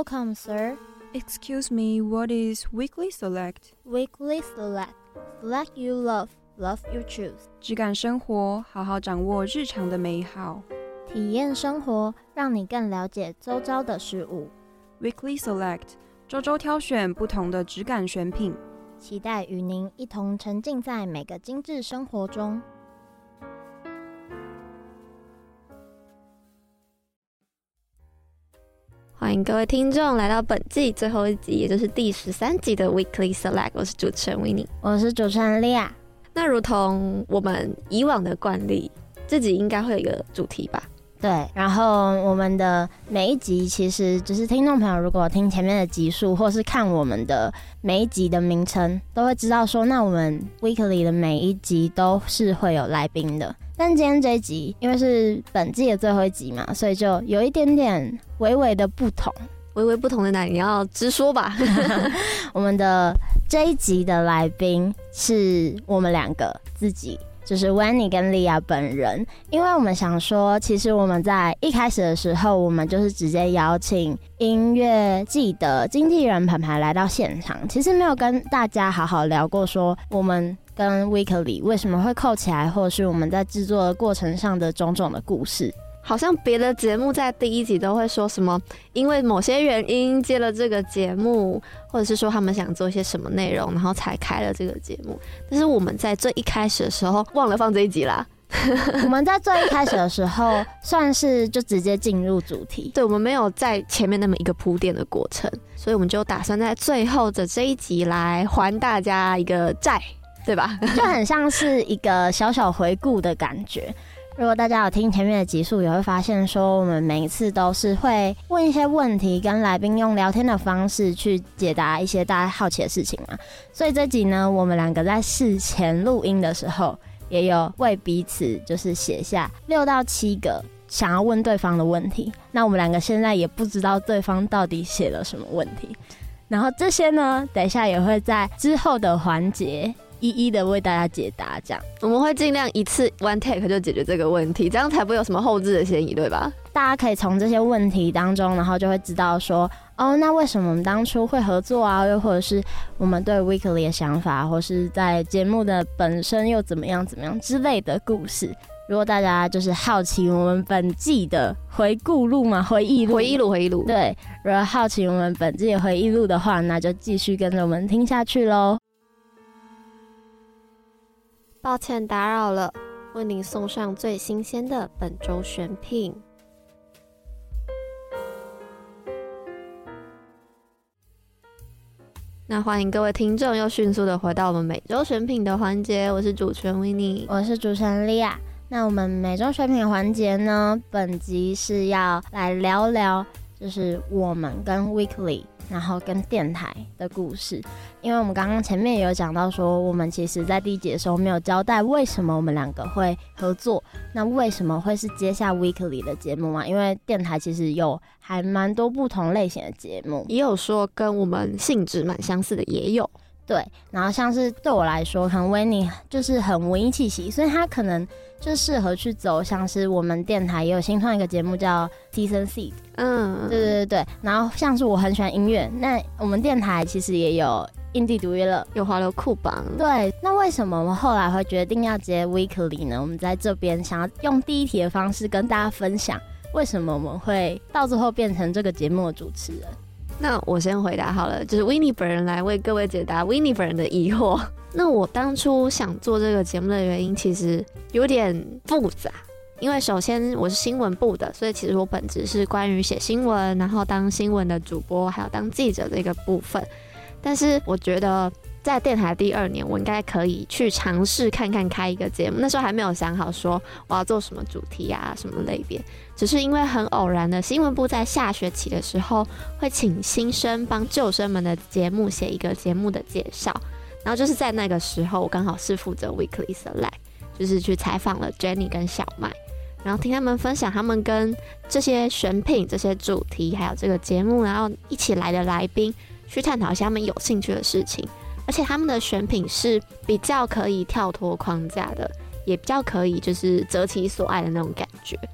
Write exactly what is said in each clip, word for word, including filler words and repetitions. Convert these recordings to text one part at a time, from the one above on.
Welcome, sir. Excuse me, what is Weekly Select? Weekly Select. Select you love, love you choose. 质感生活，好好掌握日常的美好。 体验生活，让你更了解周遭的事物。 Weekly Select， 周周挑选不同的质感选品， 期待与您一同沉浸在每个精致生活中。 欢迎各位听众来到本季最后一集，也就是第十三集的 Weekly Select。我是主持人 Winnie， 我是主持人 Lia。 那如同我们以往的惯例，这集应该会有一个主题吧？ 对，然后我们的每一集其实就是听众朋友如果听前面的集数，或是看我们的每一集的名称，都会知道说，那我们 Weekly 的每一集都是会有来宾的。但今天这一集因为是本季的最后一集嘛，所以就有一点点微微的不同。 微微不同在哪里？你要直说吧。 我们的这一集的来宾是我们两个自己，就是 Winnie 跟 Lia 本人。因为我们想说，其实我们在一开始的时候，我们就是直接邀请音乐季的经纪人盘盘来到现场，其实没有跟大家好好聊过说我们跟 Weekly 为什么会扣起来，或者是我们在制作的过程上的种种的故事。 好像别的节目在第一集都会说什么因为某些原因接了这个节目，或者是说他们想做一些什么内容，然后才开了这个节目。但是我们在最一开始的时候忘了放这一集啦。 我们在最一开始的时候算是就直接进入主题， 对，我们没有在前面那么一个铺垫的过程，所以我们就打算在最后的这一集来还大家一个债，对吧？ 就很像是一个小小回顾的感觉。如果大家有听前面的集数，也会发现说我们每一次都是会问一些问题，跟来宾用聊天的方式去解答一些大家好奇的事情嘛。所以这集呢，我们两个在事前录音的时候，也有为彼此就是写下六到七个想要问对方的问题。那我们两个现在也不知道对方到底写了什么问题，然后这些呢，等一下也会在之后的环节一一的为大家解答，这样我们会尽量一次 one take 就解决这个问题，这样才不会有什么后置的嫌疑，对吧？ 大家可以从这些问题当中，然后就会知道说，哦，那为什么我们当初会合作啊？又或者是我们对 Weekly 的想法，或是在节目的本身又怎么样怎么样之类的故事。如果大家就是好奇我们本季的回顾录嘛，回忆录， 回忆录，回忆录， 对，如果好奇我们本季的回忆录的话，那就继续跟着我们听下去咯。 抱歉打扰了，为您送上最新鲜的本周选品。那欢迎各位听众又迅速的回到我们每周选品的环节，我是主持人 Winnie， 我是主持人 Lia。那我们每周选品环节呢，本集是要来聊聊就是我们跟 Weekly 然后跟电台的故事。因为我们刚刚前面也有讲到说，我们其实在第一集的时候没有交代为什么我们两个会合作，那为什么会是接下 Weekly 的节目嘛？因为电台其实有还蛮多不同类型的节目， 也有说跟我们性质蛮相似的也有。 对，然后像是对我来说，可能Winnie就是很文艺气息，所以他可能就适合去走像是我们电台也有新创一个节目叫 Season Seed， 嗯，对对对，然后像是我很喜欢音乐，那我们电台其实也有印地独乐乐， 有华流酷榜， 对，那为什么我们后来会决定要接 Weekly 呢？我们在这边想要用第一题的方式跟大家分享，为什么我们会到最后变成这个节目的主持人。 那我先回答好了，就是 Winnie 本人来为各位解答 Winnie 本人的疑惑。那我当初想做这个节目的原因其实有点复杂，因为首先我是新闻部的，所以其实我本质是关于写新闻，然后当新闻的主播，还有当记者的一个部分。但是我觉得在电台第二年，我应该可以去尝试看看开一个节目。那时候还没有想好说我要做什么主题啊，什么类别，只是因为很偶然的，新闻部在下学期的时候会请新生帮旧生们的节目写一个节目的介绍，然后就是在那个时候，我刚好是负责 Weekly Select， 就是去采访了 Jenny 跟小麦，然后听他们分享他们跟这些选品、这些主题，还有这个节目，然后一起来的来宾去探讨一下他们有兴趣的事情。而且他们的选品是比较可以跳脱框架的，也比较可以就是择其所爱的那种感觉。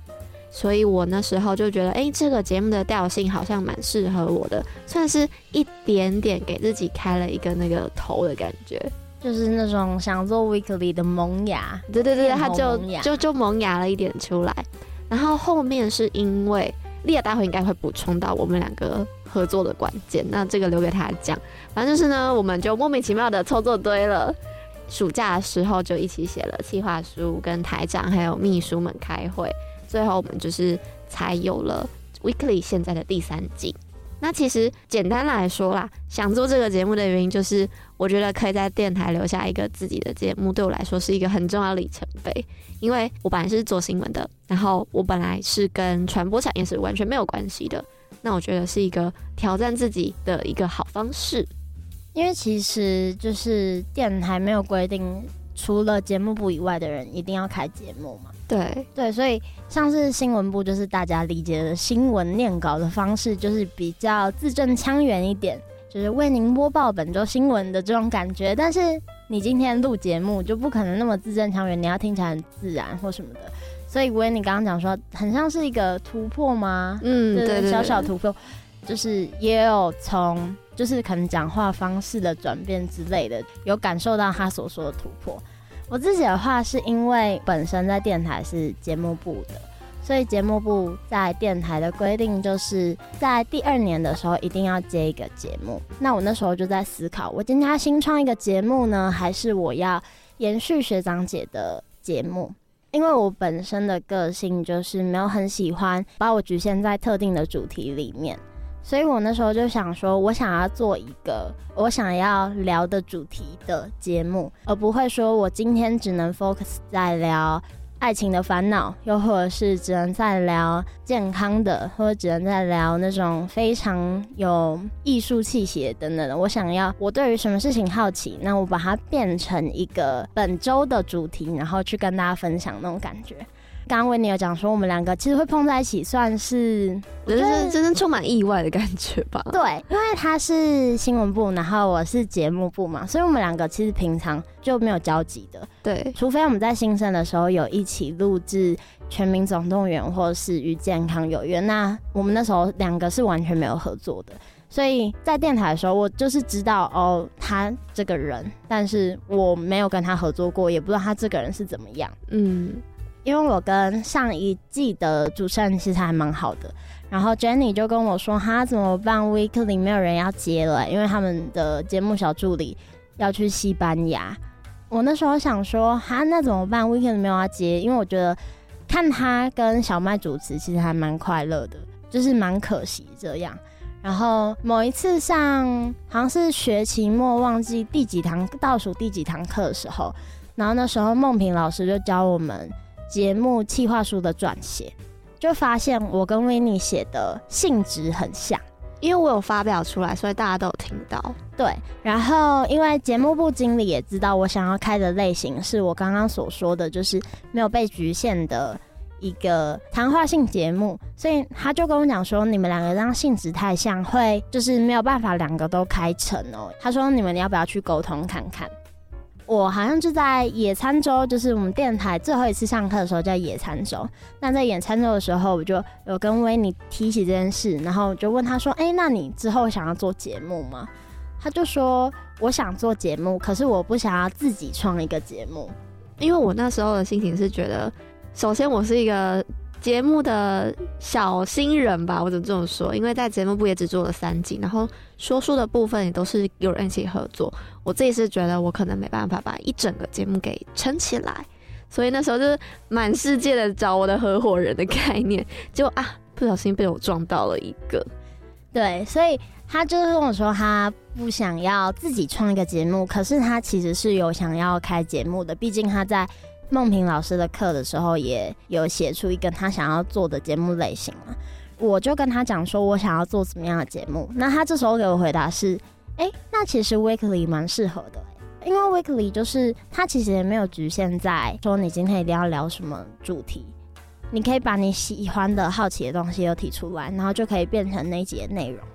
所以我那时候就觉得，哎、欸，这个节目的调性好像蛮适合我的，算是一点点给自己开了一个那个头的感觉， 就是那种想做 weekly 的萌芽。 对对对，它就就就萌芽了一点出来。然后后面是因为莉亚待会应该会补充到我们两个合作的关键，那这个留给他讲。反正就是呢，我们就莫名其妙的凑作堆了。暑假的时候就一起写了企划书，跟台长还有秘书们开会，最后我们就是才有了 Weekly 现在的第三季。那其实简单来说啦，想做这个节目的原因就是我觉得可以在电台留下一个自己的节目，对我来说是一个很重要的里程碑。因为我本来是做新闻的，然后我本来是跟传播产业是完全没有关系的，那我觉得是一个挑战自己的一个好方式。 因为其实就是电台没有规定除了节目部以外的人一定要开节目嘛。 对对，所以像是新闻部就是大家理解的新闻念稿的方式，就是比较字正腔圆一点，就是为您播报本周新闻的这种感觉。但是你今天录节目就不可能那么字正腔圆，你要听起来很自然或什么的。所以维尼刚刚讲说很像是一个突破吗？ 嗯，对对对， 小小突破，就是也有从就是可能讲话方式的转变之类的，有感受到他所说的突破。我自己的话是因为本身在电台是节目部的，所以节目部在电台的规定就是在第二年的时候一定要接一个节目。那我那时候就在思考，我今天要新创一个节目呢，还是我要延续学长姐的节目？因为我本身的个性就是没有很喜欢把我局限在特定的主题里面，所以我那时候就想说，我想要做一个我想要聊的主题的节目，而不会说我今天只能 focus 在聊爱情的烦恼，又或者是只能在聊健康的，或者只能在聊那种非常有艺术气息等等的。我想要我对于什么事情好奇，那我把它变成一个本周的主题，然后去跟大家分享那种感觉。刚刚维尼有讲说我们两个其实会碰在一起，算是真是真是充满意外的感觉吧。 对，因为他是新闻部，然后我是节目部嘛，所以我们两个其实平常就没有交集的。 对， 除非我们在新生的时候有一起录制全民总动员或是与健康有约，那我们那时候两个是完全没有合作的。所以在电台的时候，我就是知道哦他这个人，但是我没有跟他合作过，也不知道他这个人是怎么样。嗯。因为我跟上一季的主持人其实还蛮好的，然后 Jenny 就跟我说哈怎么办 Weekly 没有人要接了，因为他们的节目小助理要去西班牙。我那时候想说哈那怎么办 Weekly 没有要接，因为我觉得看他跟小麦主持其实还蛮快乐的，就是蛮可惜这样。然后某一次上好像是学期末忘记第几堂倒数第几堂课的时候，然后那时候梦萍老师就教我们节目企划书的撰写，就发现我跟维尼写的性质很像， 因为我有发表出来，所以大家都有听到。 对，然后因为节目部经理也知道我想要开的类型是我刚刚所说的，就是没有被局限的一个谈话性节目，所以他就跟我讲说，你们两个这样性质太像，会就是没有办法两个都开成哦。他说你们要不要去沟通看看？我好像就在野餐周，就是我们电台最后一次上课的时候叫野餐周。那在野餐周的时候，我就有跟维尼提起这件事，然后我就问他说：“哎、欸，那你之后想要做节目吗？”他就说：“我想做节目，可是我不想要自己创一个节目。” 因为我那时候的心情是觉得，首先我是一个节目的小新人吧，我只能这么说，因为在节目部也只做了三季，然后说书的部分也都是有人一起合作，我自己是觉得我可能没办法把一整个节目给撑起来，所以那时候就是满世界的找我的合伙人的概念，结果啊不小心被我撞到了一个。 对，所以他就是跟我说他不想要自己创一个节目，可是他其实是有想要开节目的，毕竟他在梦萍老师的课的时候也有写出一个他想要做的节目类型嘛，我就跟他讲说我想要做什么样的节目，那他这时候给我回答是哎，那其实 Weekly 蛮适合的，因为 Weekly 就是它其实也没有局限在说你今天一定要聊什么主题，你可以把你喜欢的好奇的东西都提出来，然后就可以变成那一集的内容。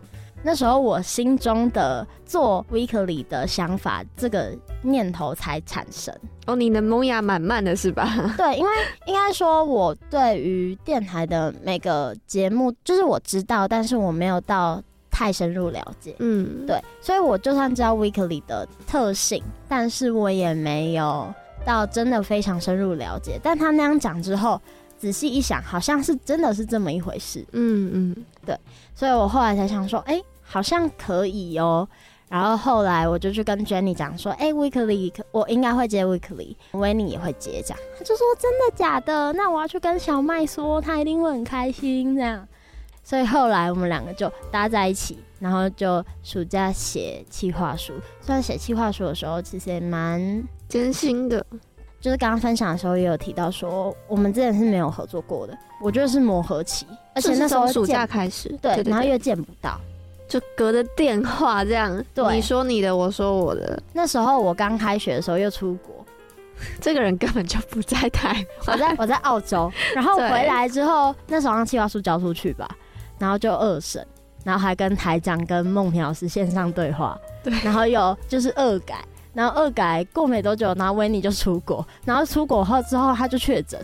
那时候我心中的做 weekly 的想法，这个念头才产生。 哦，你的萌芽蛮慢的是吧？ 对，因为应该说我对于电台的每个节目，就是我知道，但是我没有到太深入了解。嗯，对，所以我就算知道 weekly 的特性，但是我也没有到真的非常深入了解。但他那样讲之后，仔细一想，好像是真的是这么一回事。嗯嗯，对，所以我后来才想说，哎、欸，好像可以哦。然后后来我就去跟 Jenny 讲说，哎、欸、，weekly 我应该会接 weekly， 维尼也会接，这样。他就说真的假的？那我要去跟小麦说，他一定会很开心这样。所以后来我们两个就搭在一起，然后就暑假写企划书。虽然写企划书的时候其实也蛮艰辛的， 就是刚刚分享的时候也有提到说，我们之前是没有合作过的，我觉得是磨合期，而且那时候暑假开始， 对，对对对，然后又见不到。 就隔着电话这样，对，你说你的，我说我的。 那时候我刚开学的时候又出国， 这个人根本就不在台湾， 我在我在澳洲，然后回来之后，那时候让企划书交出去吧，然后就二审，然后还跟台长跟梦萍老师线上对话，对，然后有就是恶改，然后恶改过没多久，然后维尼就出国，然后出国后之后他就确诊。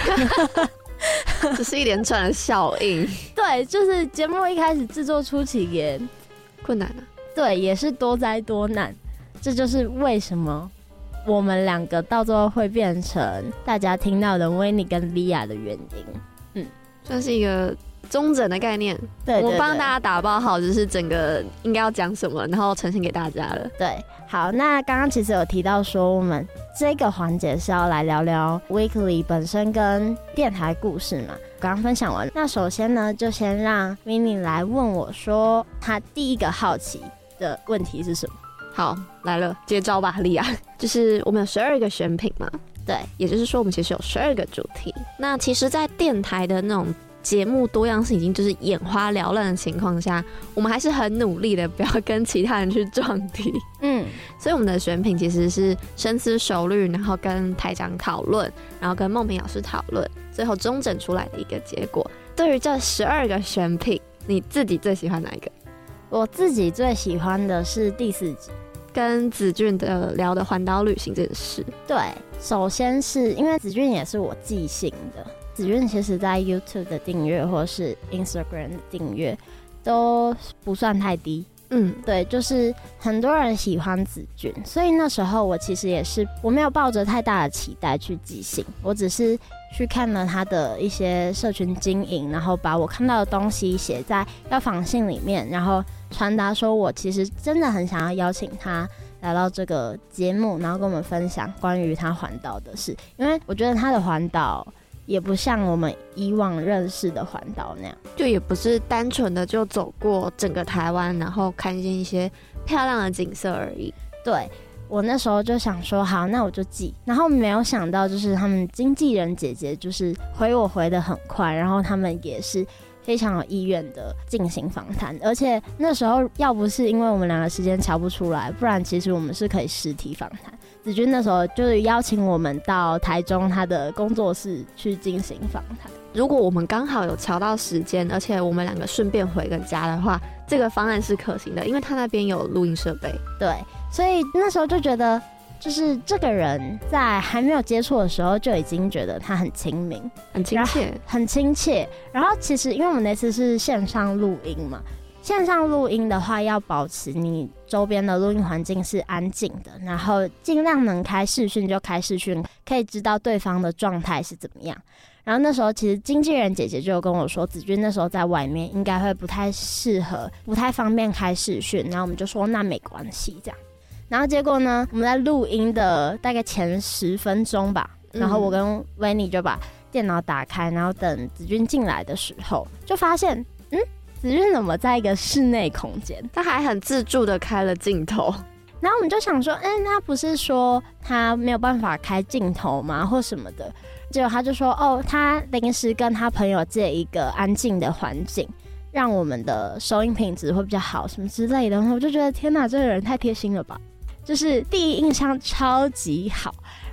只是一连串的效应。 对，就是节目一开始制作初期也困难啊， 对，也是多灾多难。这就是为什么我们两个到最后会变成大家听到的维尼跟莉亚的原因。嗯， 算是一个中整的概念。对，对，对，我帮大家打包好，就是整个应该要讲什么，然后呈现给大家了。 对，好，那刚刚其实有提到说，我们这个环节是要来聊聊 weekly 本身跟电台故事嘛。刚刚分享完，那首先呢，就先让 Winnie 来问我说，他第一个好奇的问题是什么？ 好，来了，接招吧，莉亚。就是我们有十二个选品嘛，对，也就是说我们其实有十二个主题。那其实，在电台的那种节目多样性已经就是眼花缭乱的情况下，我们还是很努力的不要跟其他人去撞题。嗯，所以我们的选品其实是深思熟虑，然后跟台长讨论，然后跟梦萍老师讨论，最后中整出来的一个结果。对于这十二个选品，你自己最喜欢哪一个？ 我自己最喜欢的是第四集， 跟子俊的聊的环岛旅行这件事。 对，首先是因为子俊也是我寄信的。子俊其实在 YouTube 的订阅或是 Instagram 的订阅都不算太低，嗯，对，就是很多人喜欢子俊，所以那时候我其实也是我没有抱着太大的期待去寄信，我只是去看了他的一些社群经营，然后把我看到的东西写在要访信里面，然后传达说我其实真的很想要邀请他来到这个节目，然后跟我们分享关于他环岛的事，因为我觉得他的环岛也不像我们以往认识的环岛那样， 就也不是单纯的就走过整个台湾，然后看见一些漂亮的景色而已。 对，我那时候就想说好，那我就寄，然后没有想到就是他们经纪人姐姐就是回我回得很快，然后他们也是非常有意愿的进行访谈，而且那时候要不是因为我们两个时间瞧不出来，不然其实我们是可以实体访谈。子君那时候就是邀请我们到台中他的工作室去进行访谈。 如果我们刚好有瞧到时间，而且我们两个顺便回个家的话，这个方案是可行的，因为他那边有录音设备。 对，所以那时候就觉得就是这个人在还没有接触的时候就已经觉得他很亲民， 很亲切， 很亲切。然后其实因为我们那次是线上录音嘛，线上录音的话要保持你周边的录音环境是安静的，然后尽量能开视讯就开视讯，可以知道对方的状态是怎么样。然后那时候其实经纪人姐姐就有跟我说，子君那时候在外面应该会不太适合，不太方便开视讯，然后我们就说那没关系这样。然后结果呢，我们在录音的大概前十分钟吧，然后我跟维尼就把电脑打开，然后等子君进来的时候，就发现，嗯，子君怎么在一个室内空间？ 他还很自助的开了镜头。 然后我们就想说，哎、欸，他不是说他没有办法开镜头吗，或什么的？结果他就说，哦，他临时跟他朋友借一个安静的环境，让我们的收音品质会比较好，什么之类的。然后我就觉得，天哪，这个人太贴心了吧！就是第一印象超级好，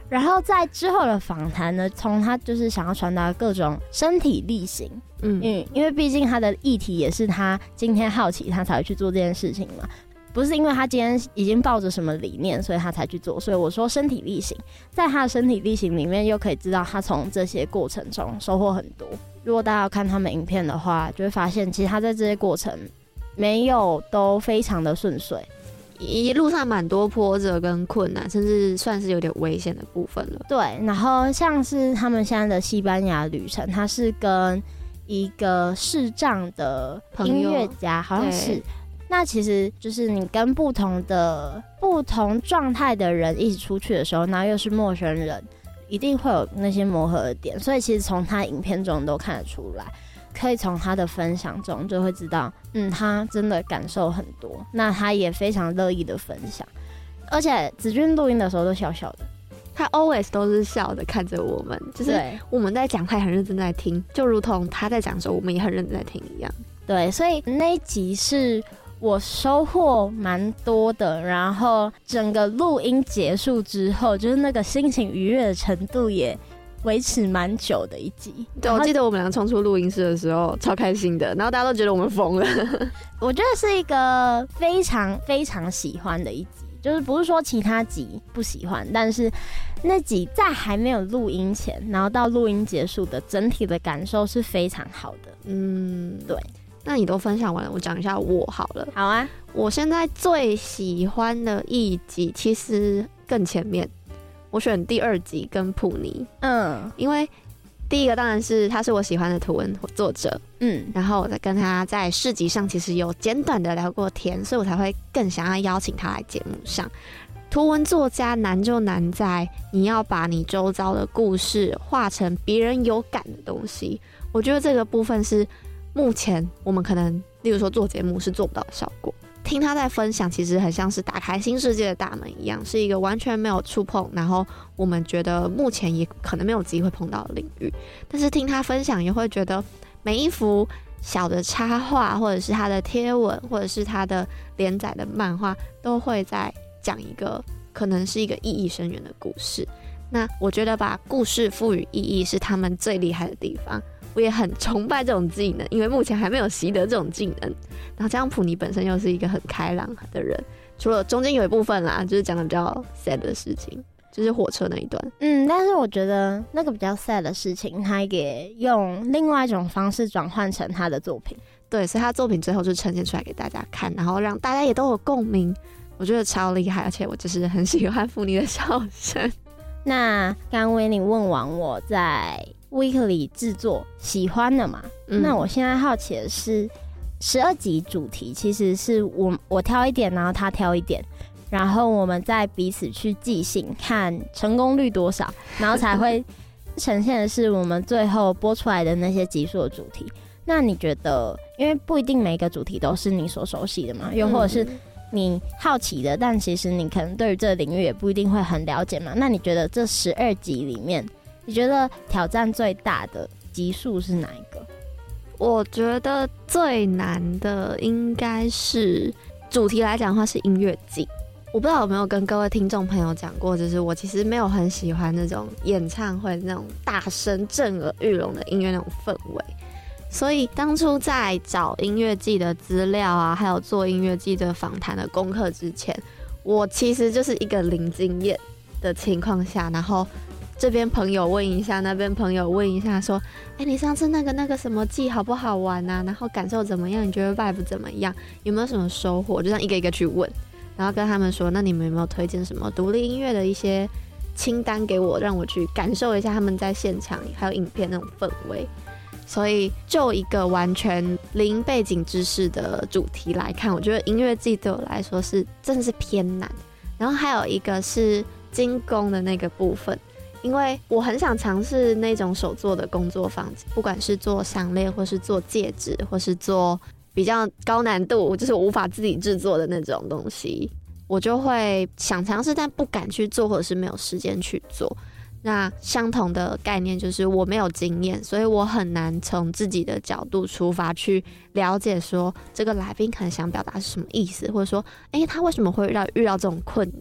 然后在之后的访谈呢，从他就是想要传达各种身体力行，嗯，因为因为毕竟他的议题也是他今天好奇，他才会去做这件事情嘛，不是因为他今天已经抱着什么理念，所以他才去做。所以我说身体力行，在他的身体力行里面，又可以知道他从这些过程中收获很多。如果大家要看他们影片的话，就会发现其实他在这些过程没有都非常的顺遂。 一路上蛮多波折跟困难，甚至算是有点危险的部分了。 对，然后像是他们现在的西班牙旅程，他是跟一个视障的音乐家，好像是。那其实就是你跟不同的不同状态的人一起出去的时候，然后又是陌生人，一定会有那些磨合的点。所以其实从他影片中都看得出来。可以从他的分享中就会知道，嗯，他真的感受很多，那他也非常乐意的分享，而且子君录音的时候都笑笑的， 他 always 都是笑的看着我们，就是我们在讲，他也很认真在听，就如同他在讲的时候，我们也很认真在听一样。 对，所以那一集是我收获蛮多的，然后整个录音结束之后，就是那个心情愉悦的程度也维持蛮久的一集。 对，我记得我们俩冲出录音室的时候超开心的，然后大家都觉得我们疯了。 我觉得是一个非常非常喜欢的一集，就是不是说其他集不喜欢，但是那集在还没有录音前，然后到录音结束的整体的感受是非常好的。嗯，对。 那你都分享完了，我讲一下我好了。 好啊， 我现在最喜欢的一集其实更前面。我选第二集跟普尼，嗯，因为第一个当然是他是我喜欢的图文作者，嗯，然后我在跟他在市集上其实有简短的聊过天，所以我才会更想要邀请他来节目上。图文作家难就难在你要把你周遭的故事画成别人有感的东西，我觉得这个部分是目前我们可能例如说做节目是做不到的效果。听他在分享，其实很像是打开新世界的大门一样，是一个完全没有触碰，然后我们觉得目前也可能没有机会碰到的领域。但是听他分享，也会觉得每一幅小的插画，或者是他的贴文，或者是他的连载的漫画，都会在讲一个可能是一个意义深远的故事。那我觉得把故事赋予意义是他们最厉害的地方。我也很崇拜这种技能，因为目前还没有习得这种技能。然后加上普尼本身又是一个很开朗的人，除了中间有一部分啦，就是讲的比较 sad 的事情，就是火车那一段。 嗯，但是我觉得那个比较 sad 的事情，他也用另外一种方式转换成他的作品。 对，所以他作品最后就呈现出来给大家看，然后让大家也都有共鸣。我觉得超厉害，而且我就是很喜欢普尼的笑声。 那刚刚威尼问完我在Weekly 制作喜欢的嘛、嗯、那我现在好奇的是十二集主题其实是我我挑一点，然后他挑一点，然后我们再彼此去即兴看成功率多少，然后才会呈现的是我们最后播出来的那些集数的主题。那你觉得，因为不一定每个主题都是你所熟悉的嘛，又或者是你好奇的，但其实你可能对于这个领域也不一定会很了解嘛，那你觉得这十二集里面你觉得挑战最大的集数是哪一个？ 我觉得最难的应该是主题来讲的话是音乐季。我不知道有没有跟各位听众朋友讲过，就是我其实没有很喜欢那种演唱会那种大声震耳欲聋的音乐那种氛围，所以当初在找音乐季的资料啊，还有做音乐季的访谈的功课之前，我其实就是一个零经验的情况下，然后这边朋友问一下，那边朋友问一下，说，哎、欸，你上次那个那个什么季好不好玩啊？然后感受怎么样？你觉得 vibe 怎么样？有没有什么收获？就这样一个一个去问，然后跟他们说，那你们有没有推荐什么独立音乐的一些清单给我，让我去感受一下他们在现场还有影片那种氛围。所以就一个完全零背景知识的主题来看，我觉得音乐季对我来说是真的是偏难。然后还有一个是精工的那个部分。因为我很想尝试那种手做的工作坊，不管是做项链，或是做戒指，或是做比较高难度，就是我无法自己制作的那种东西，我就会想尝试，但不敢去做，或者是没有时间去做。那相同的概念就是我没有经验，所以我很难从自己的角度出发去了解说这个来宾可能想表达是什么意思，或者说，哎、欸，他为什么会遇到遇到这种困难？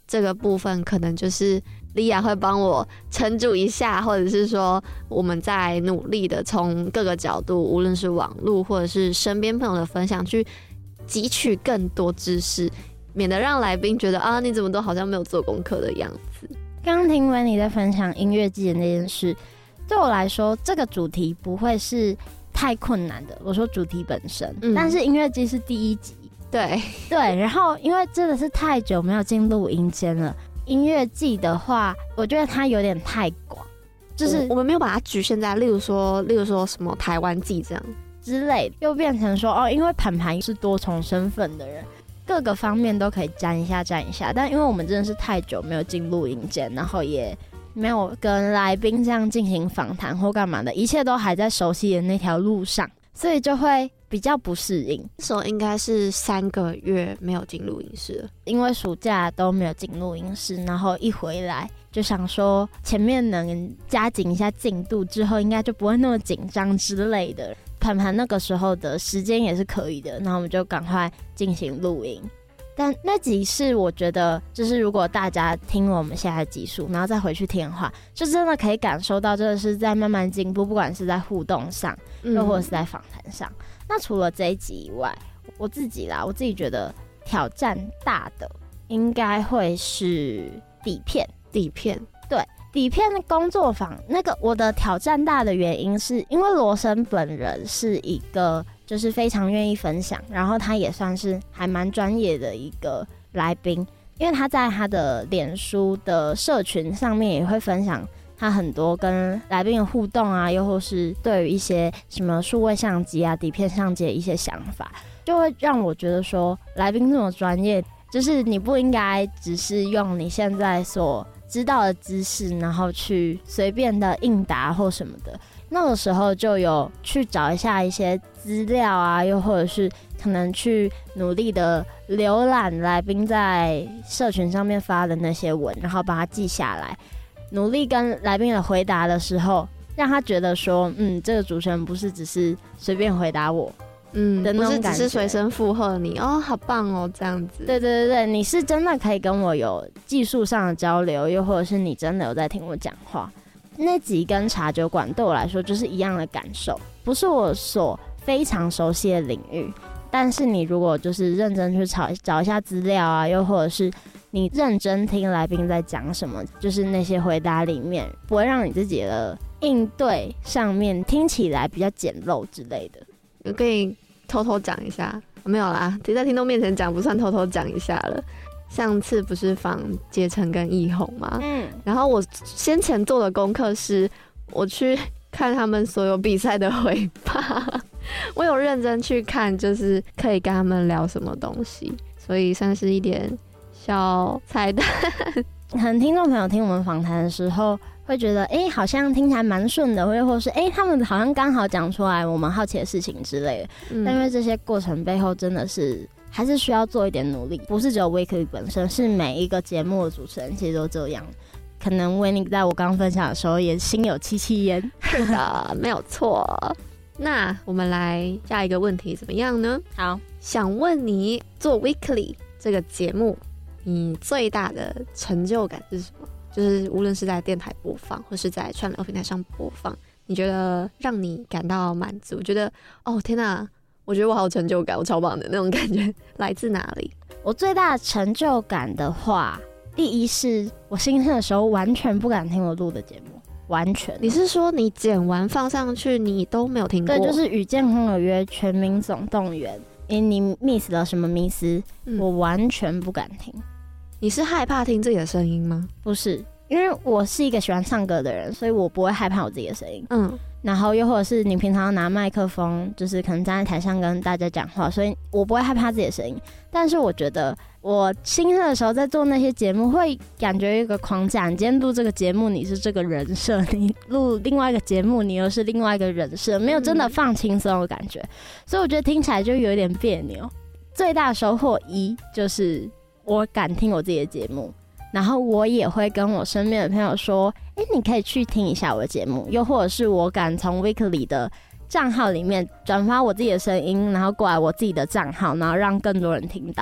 这个部分可能就是莉亚会帮我撑住一下，或者是说我们在努力的从各个角度，无论是网络或者是身边朋友的分享，去汲取更多知识，免得让来宾觉得啊，你怎么都好像没有做功课的样子。 刚刚听维尼在分享音乐季的那件事，对我来说，这个主题不会是太困难的。我说主题本身，嗯、但是音乐季是第一集， 对对。然后因为真的是太久没有进录音间了，音乐季的话，我觉得它有点太广，就是我, 我们没有把它局限在，例如说，例如说什么台湾季这样之类的，又变成说哦，因为盘盘是多重身份的人。各个方面都可以沾一下沾一下，但因为我们真的是太久没有进录音间，然后也没有跟来宾这样进行访谈或干嘛的，一切都还在熟悉的那条路上，所以就会比较不适应。 那时候应该是三个月没有进录音室了， 因为暑假都没有进录音室，然后一回来就想说前面能加紧一下进度，之后应该就不会那么紧张之类的。盘盘那个时候的时间也是可以的，然后我们就赶快进行录音。但那集是我觉得，就是如果大家听我们现在的集数，然后再回去听的话，就真的可以感受到，真的是在慢慢进步，不管是在互动上，又或者是在访谈上。嗯、那除了这一集以外，我自己啦，我自己觉得挑战大的应该会是底片， 底片， 对。底片的工作坊，那个我的挑战大的原因是因为罗森本人是一个就是非常愿意分享，然后他也算是还蛮专业的一个来宾，因为他在他的脸书的社群上面也会分享他很多跟来宾的互动啊，又或是对于一些什么数位相机啊、底片相机的一些想法，就会让我觉得说来宾这么专业，就是你不应该只是用你现在所知道的知识，然后去随便的应答或什么的。那个时候就有去找一下一些资料啊，又或者是可能去努力的浏览来宾在社群上面发的那些文，然后把它记下来，努力跟来宾的回答的时候，让他觉得说，嗯，这个主持人不是只是随便回答我。 嗯，不是只是随身附和你哦，好棒哦，这样子。 对对对对，你是真的可以跟我有技术上的交流，又或者是你真的有在听我讲话。那集跟茶酒馆对我来说就是一样的感受，不是我所非常熟悉的领域，但是你如果就是认真去找找一下资料啊，又或者是你认真听来宾在讲什么，就是那些回答里面不会让你自己的应对上面听起来比较简陋之类的。 我可以偷偷讲一下，没有啦，直接在听众面前讲不算偷偷讲一下了。上次不是访杰成跟易宏吗？嗯，然后我先前做的功课是，我去看他们所有比赛的回放，我有认真去看，就是可以跟他们聊什么东西，所以算是一点小彩蛋。 可能听众朋友听我们访谈的时候，会觉得哎、欸，好像听起来蛮顺的，或者是哎、欸，他们好像刚好讲出来我们好奇的事情之类的。嗯、但因为这些过程背后真的是还是需要做一点努力，不是只有 Weekly 本身，是每一个节目的主持人其实都这样。可能 Winnie 在我刚分享的时候也心有戚戚焉。 是的，没有错。那我们来下一个问题怎么样呢？ 好， 想问你做 Weekly 这个节目，你最大的成就感是什么？就是无论是在电台播放，或是在串流平台上播放，你觉得让你感到满足？觉得哦天哪，我觉得我好有成就感，我超棒的那种感觉，来自哪里？ 我最大的成就感的话，第一是我新生的时候完全不敢听我录的节目，完全。 你是说你剪完放上去，你都没有听过？ 对，就是《与健康有约》《全民总动员》，欸，你 miss 了什么迷思？嗯、我完全不敢听。 你是害怕听自己的声音吗？ 不是，因为我是一个喜欢唱歌的人，所以我不会害怕我自己的声音。嗯，然后又或者是你平常拿麦克风，就是可能站在台上跟大家讲话，所以我不会害怕自己的声音。但是我觉得我新生的时候在做那些节目，会感觉有一个框架，你今天录这个节目你是这个人设，你录另外一个节目你又是另外一个人设，没有真的放轻松的感觉，嗯、所以我觉得听起来就有点别扭。最大收获一就是我敢听我自己的节目，然后我也会跟我身边的朋友说，哎、欸，你可以去听一下我的节目，又或者是我敢从 Weekly 的账号里面转发我自己的声音，然后过来我自己的账号，然后让更多人听到。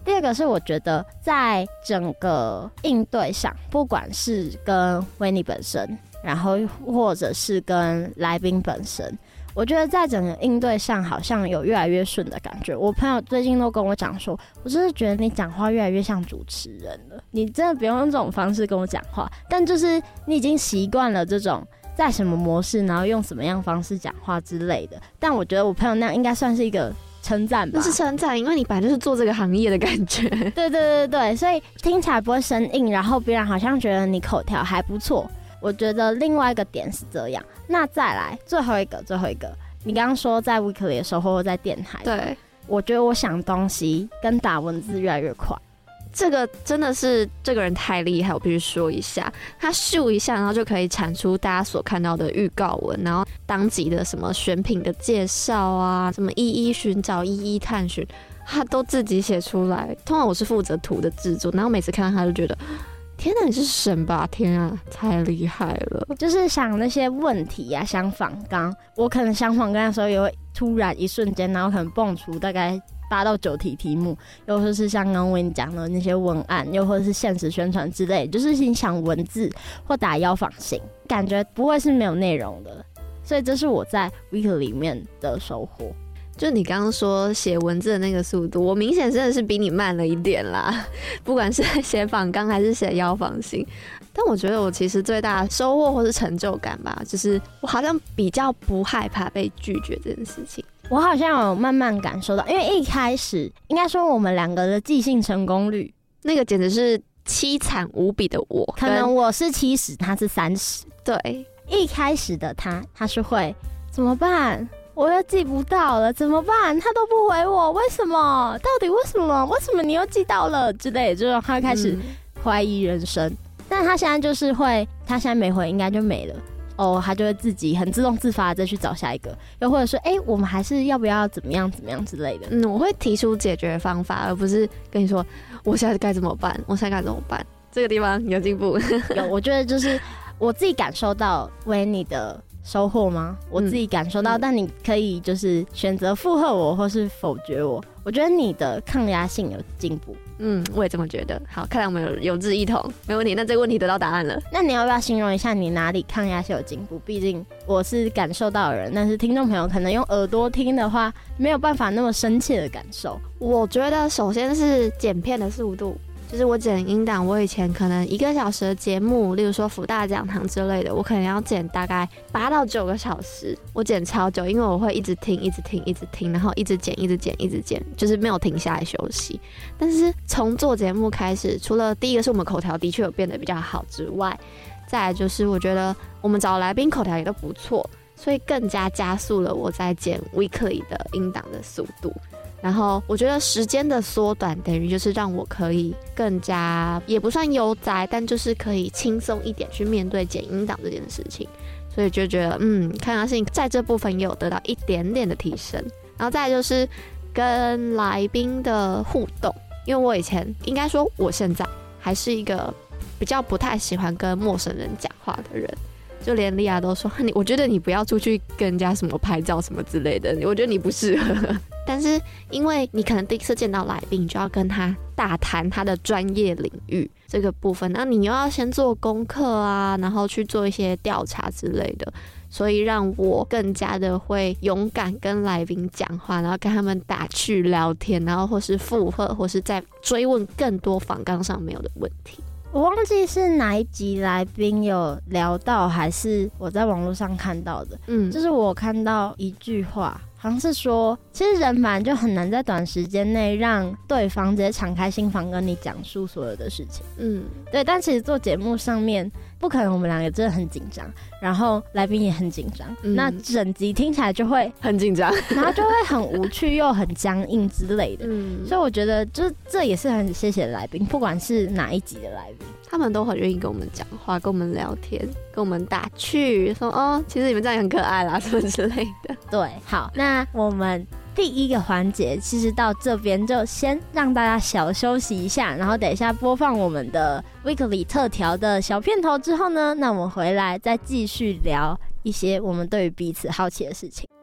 第二个是我觉得在整个应对上，不管是跟维尼本身，然后或者是跟来宾本身，我觉得在整个应对上好像有越来越顺的感觉。我朋友最近都跟我讲说，我真的觉得你讲话越来越像主持人了，你真的不用用这种方式跟我讲话，但就是你已经习惯了这种在什么模式，然后用什么样方式讲话之类的。但我觉得我朋友那样应该算是一个称赞吧， 那是称赞，因为你本来就是做这个行业的感觉。 对对对对，所以听起来不会生硬，然后别人好像觉得你口条还不错。我觉得另外一个点是这样。那再来最后一个，最后一个，你刚刚说在 Weekly 的时候或在电台， 对， 我觉得我想东西跟打文字越来越快。 这个真的是这个人太厉害，我必须说一下，他咻一下，然后就可以产出大家所看到的预告文，然后当集的什么选品的介绍啊，什么一一寻找、一一探寻，他都自己写出来。通常我是负责图的制作，然后每次看到他就觉得，天哪，你是神吧？天啊，太厉害了！ 就是想那些问题啊，想访纲，我可能想访纲的时候也会突然一瞬间，然后可能蹦出大概八到九题题目，又或是像刚刚我跟你讲的那些文案，又或者是现实宣传之类，就是你想文字或打邀访信，感觉不会是没有内容的。所以这是我在 Weekly 里面的收获。 就你刚刚说写文字的那个速度，我明显真的是比你慢了一点啦。不管是写访纲还是写邀访信，但我觉得我其实最大的收获或是成就感吧，就是我好像比较不害怕被拒绝这件事情。 我好像有慢慢感受到，因为一开始应该说我们两个的即兴成功率， 那个简直是凄惨无比的我， 可能我是七十，他是三十。 对， 一开始的他，他是会怎么办？我又寄不到了，怎么办？他都不回我，为什么？到底为什么？为什么你又寄到了？之类的，就让他开始怀疑人生。嗯、但他现在就是会，他现在没回，应该就没了。哦，他就会自己很自动自发的再去找下一个，又或者说，哎、欸，我们还是要不要怎么样怎么样之类的。 嗯，我会提出解决方法，而不是跟你说我现在该怎么办，我现在该怎么办。这个地方有进步。 有，我觉得就是我自己感受到维尼的收获吗？我自己感受到、嗯，但你可以就是选择附和我，或是否决我。我觉得你的抗压性有进步。 嗯，我也这么觉得。好，看来我们有有志一同，没问题。那这个问题得到答案了。 那你要不要形容一下你哪里抗压性有进步？毕竟我是感受到的人，但是听众朋友可能用耳朵听的话，没有办法那么深切的感受。 我觉得首先是剪片的速度。就是我剪音档，我以前可能一个小时的节目，例如说辅大讲堂之类的，我可能要剪大概八到九个小时，我剪超久，因为我会一直听，一直听，一直听，然后一直剪，一直剪，一直剪，就是没有停下来休息。但是从做节目开始，除了第一个是我们口条的确有变得比较好之外，再来就是我觉得我们找来宾口条也都不错，所以更加加速了我在剪 Weekly 的音档的速度。然后我觉得时间的缩短等于就是让我可以更加也不算悠哉，但就是可以轻松一点去面对剪音档这件事情，所以就觉得嗯，抗压性在这部分也有得到一点点的提升。然后再来就是跟来宾的互动，因为我以前应该说我现在还是一个比较不太喜欢跟陌生人讲话的人，就连莉亚都说你，我觉得你不要出去跟人家什么拍照什么之类的，我觉得你不适合。但是因为你可能第一次见到来宾，就要跟他大谈他的专业领域这个部分，那你又要先做功课啊，然后去做一些调查之类的，所以让我更加的会勇敢跟来宾讲话，然后跟他们打趣聊天，然后或是附和，或是再追问更多访纲上没有的问题。 我忘记是哪一集来宾有聊到，还是我在网络上看到的。嗯，就是我看到一句话，好像是说，其实人本来就很难在短时间内让对方直接敞开心房跟你讲述所有的事情。嗯，对。但其实做节目上面，不可能我们两个真的很紧张，然后来宾也很紧张、嗯，那整集听起来就会很紧张， 然后就会很无趣又很僵硬之类的。嗯，所以我觉得，就这也是很谢谢来宾，不管是哪一集的来宾。 他们都很愿意跟我们讲话，跟我们聊天，跟我们打趣，说哦，其实你们这样也很可爱啦，什么之类的。 对，好，那我们第一个环节其实到这边就先让大家小休息一下，然后等一下播放我们的 Weekly 特调的小片头之后呢，那我们回来再继续聊一些我们对于彼此好奇的事情。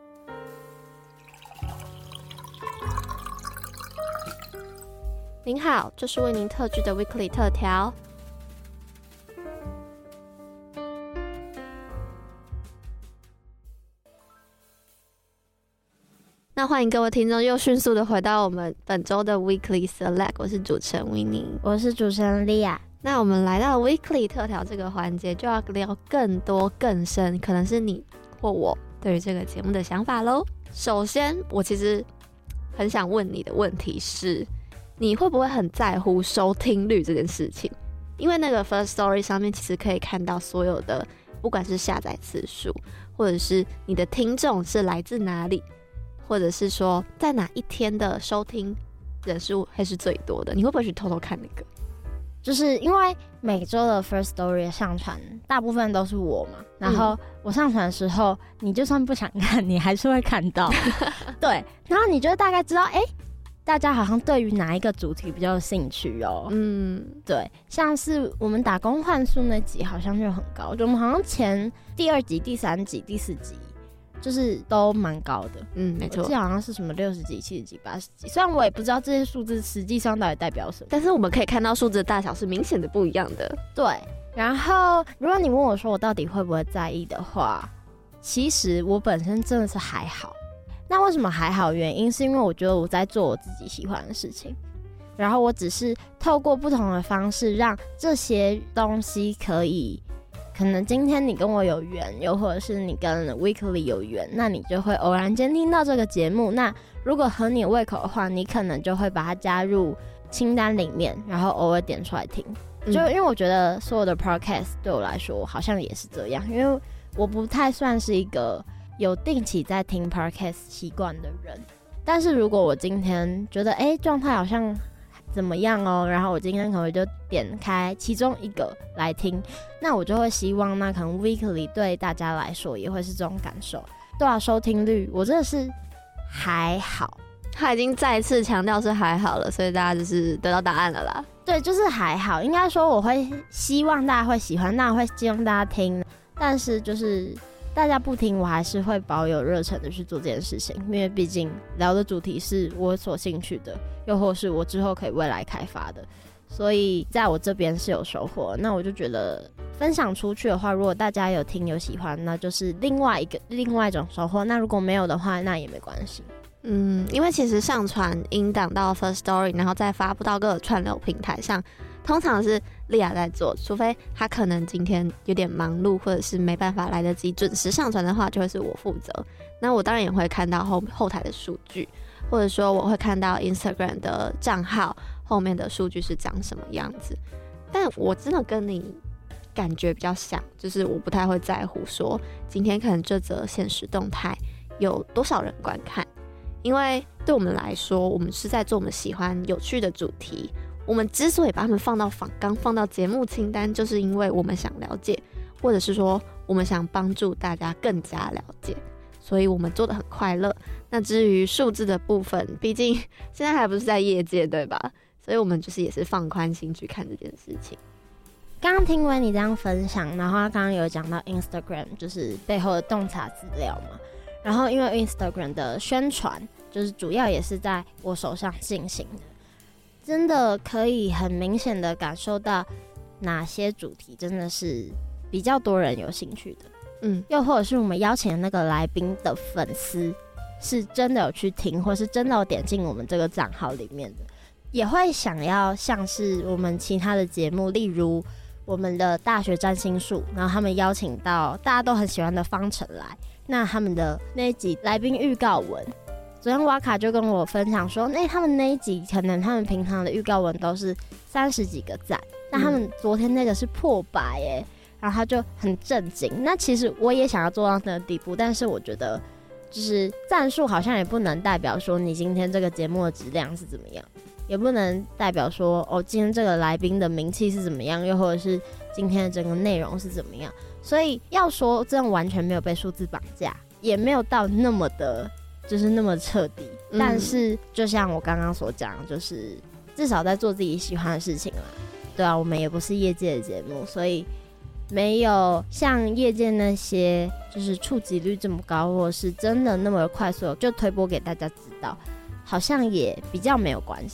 您好，这是为您特制的 Weekly 特调。那欢迎各位听众又迅速的回到我们本周的 Weekly Select， 我是主持人 Winnie， 我是主持人 Lia。 那我们来到 Weekly 特调这个环节，就要聊更多更深，可能是你或我对于这个节目的想法咯。首先，我其实很想问你的问题是，你会不会很在乎收听率这件事情？因为那个 First Story 上面其实可以看到所有的，不管是下载次数，或者是你的听众是来自哪里，或者是说在哪一天的收听人数会是最多的，你会不会去偷偷看那个？ 就是因为每周的 First Story 的上传大部分都是我嘛，然后我上传的时候，嗯、你就算不想看，你还是会看到。对，然后你就大概知道，哎、欸，大家好像对于哪一个主题比较有兴趣哦。嗯，对，像是我们打工换宿那集好像就很高，就我们好像前第二集、第三集、第四集。就是都蛮高的，嗯，没错，我记得好像是什么六十几、七十几、八十几，虽然我也不知道这些数字实际上到底代表什么， 但是我们可以看到数字的大小是明显的不一样的。 对，然后如果你问我说我到底会不会在意的话，其实我本身真的是还好。那为什么还好？原因是因为我觉得我在做我自己喜欢的事情，然后我只是透过不同的方式让这些东西可以。可能今天你跟我有缘，又或者是你跟 Weekly 有缘，那你就会偶然间听到这个节目。那如果合你胃口的话，你可能就会把它加入清单里面，然后偶尔点出来听。嗯、就因为我觉得所有的 podcast 对我来说好像也是这样，因为我不太算是一个有定期在听 podcast 习惯的人。但是如果我今天觉得哎状态好像怎么样哦，然后我今天可能就点开其中一个来听，那我就会希望那可能 Weekly 对大家来说也会是这种感受。对啊，收听率我真的是还好， 他已经再次强调是还好了，所以大家就是得到答案了啦。 对，就是还好，应该说我会希望大家会喜欢，那我会希望大家听，但是就是大家不听，我还是会保有热忱的去做这件事情，因为毕竟聊的主题是我所兴趣的，又或是我之后可以未来开发的，所以在我这边是有收获。那我就觉得分享出去的话，如果大家有听有喜欢，那就是另外一个另外一种收获。那如果没有的话，那也没关系。 嗯，因为其实上传音档到 First Story， 然后再发布到各个串流平台上，通常是莉亚在做，除非她可能今天有点忙碌，或者是没办法来得及准时上传的话，就会是我负责。那我当然也会看到 后, 后台的数据，或者说我会看到 Instagram 的账号后面的数据是长什么样子。但我真的跟你感觉比较像，就是我不太会在乎说今天可能这则限时动态有多少人观看，因为对我们来说，我们是在做我们喜欢有趣的主题。我们之所以把他们放到访纲、放到节目清单，就是因为我们想了解，或者是说我们想帮助大家更加了解，所以我们做得很快乐。那至于数字的部分，毕竟现在还不是在业界，对吧？所以我们就是也是放宽心去看这件事情。 刚刚听完你这样分享，然后他刚刚有讲到 Instagram 就是背后的洞察资料嘛，然后因为 Instagram 的宣传就是主要也是在我手上进行的。真的可以很明显的感受到哪些主题真的是比较多人有兴趣的，嗯，又或者是我们邀请的那个来宾的粉丝是真的有去听，或是真的有点进我们这个账号里面的，也会想要像是我们其他的节目，例如我们的大学占星术，然后他们邀请到大家都很喜欢的方程来，那他们的那一集来宾预告文。昨天瓦卡就跟我分享说，那、欸、他们那一集可能他们平常的预告文都是三十几个赞，那他们昨天那个是破百耶，然后他就很震惊。那其实我也想要做到那个地步，但是我觉得就是赞数好像也不能代表说你今天这个节目的质量是怎么样，也不能代表说哦今天这个来宾的名气是怎么样，又或者是今天的整个内容是怎么样。所以要说这样完全没有被数字绑架，也没有到那么的。就是那么彻底，但是就像我刚刚所讲，就是至少在做自己喜欢的事情啦。对啊，我们也不是业界的节目，所以没有像业界那些就是触及率这么高，或者是真的那么快速就推播给大家知道，好像也比较没有关系。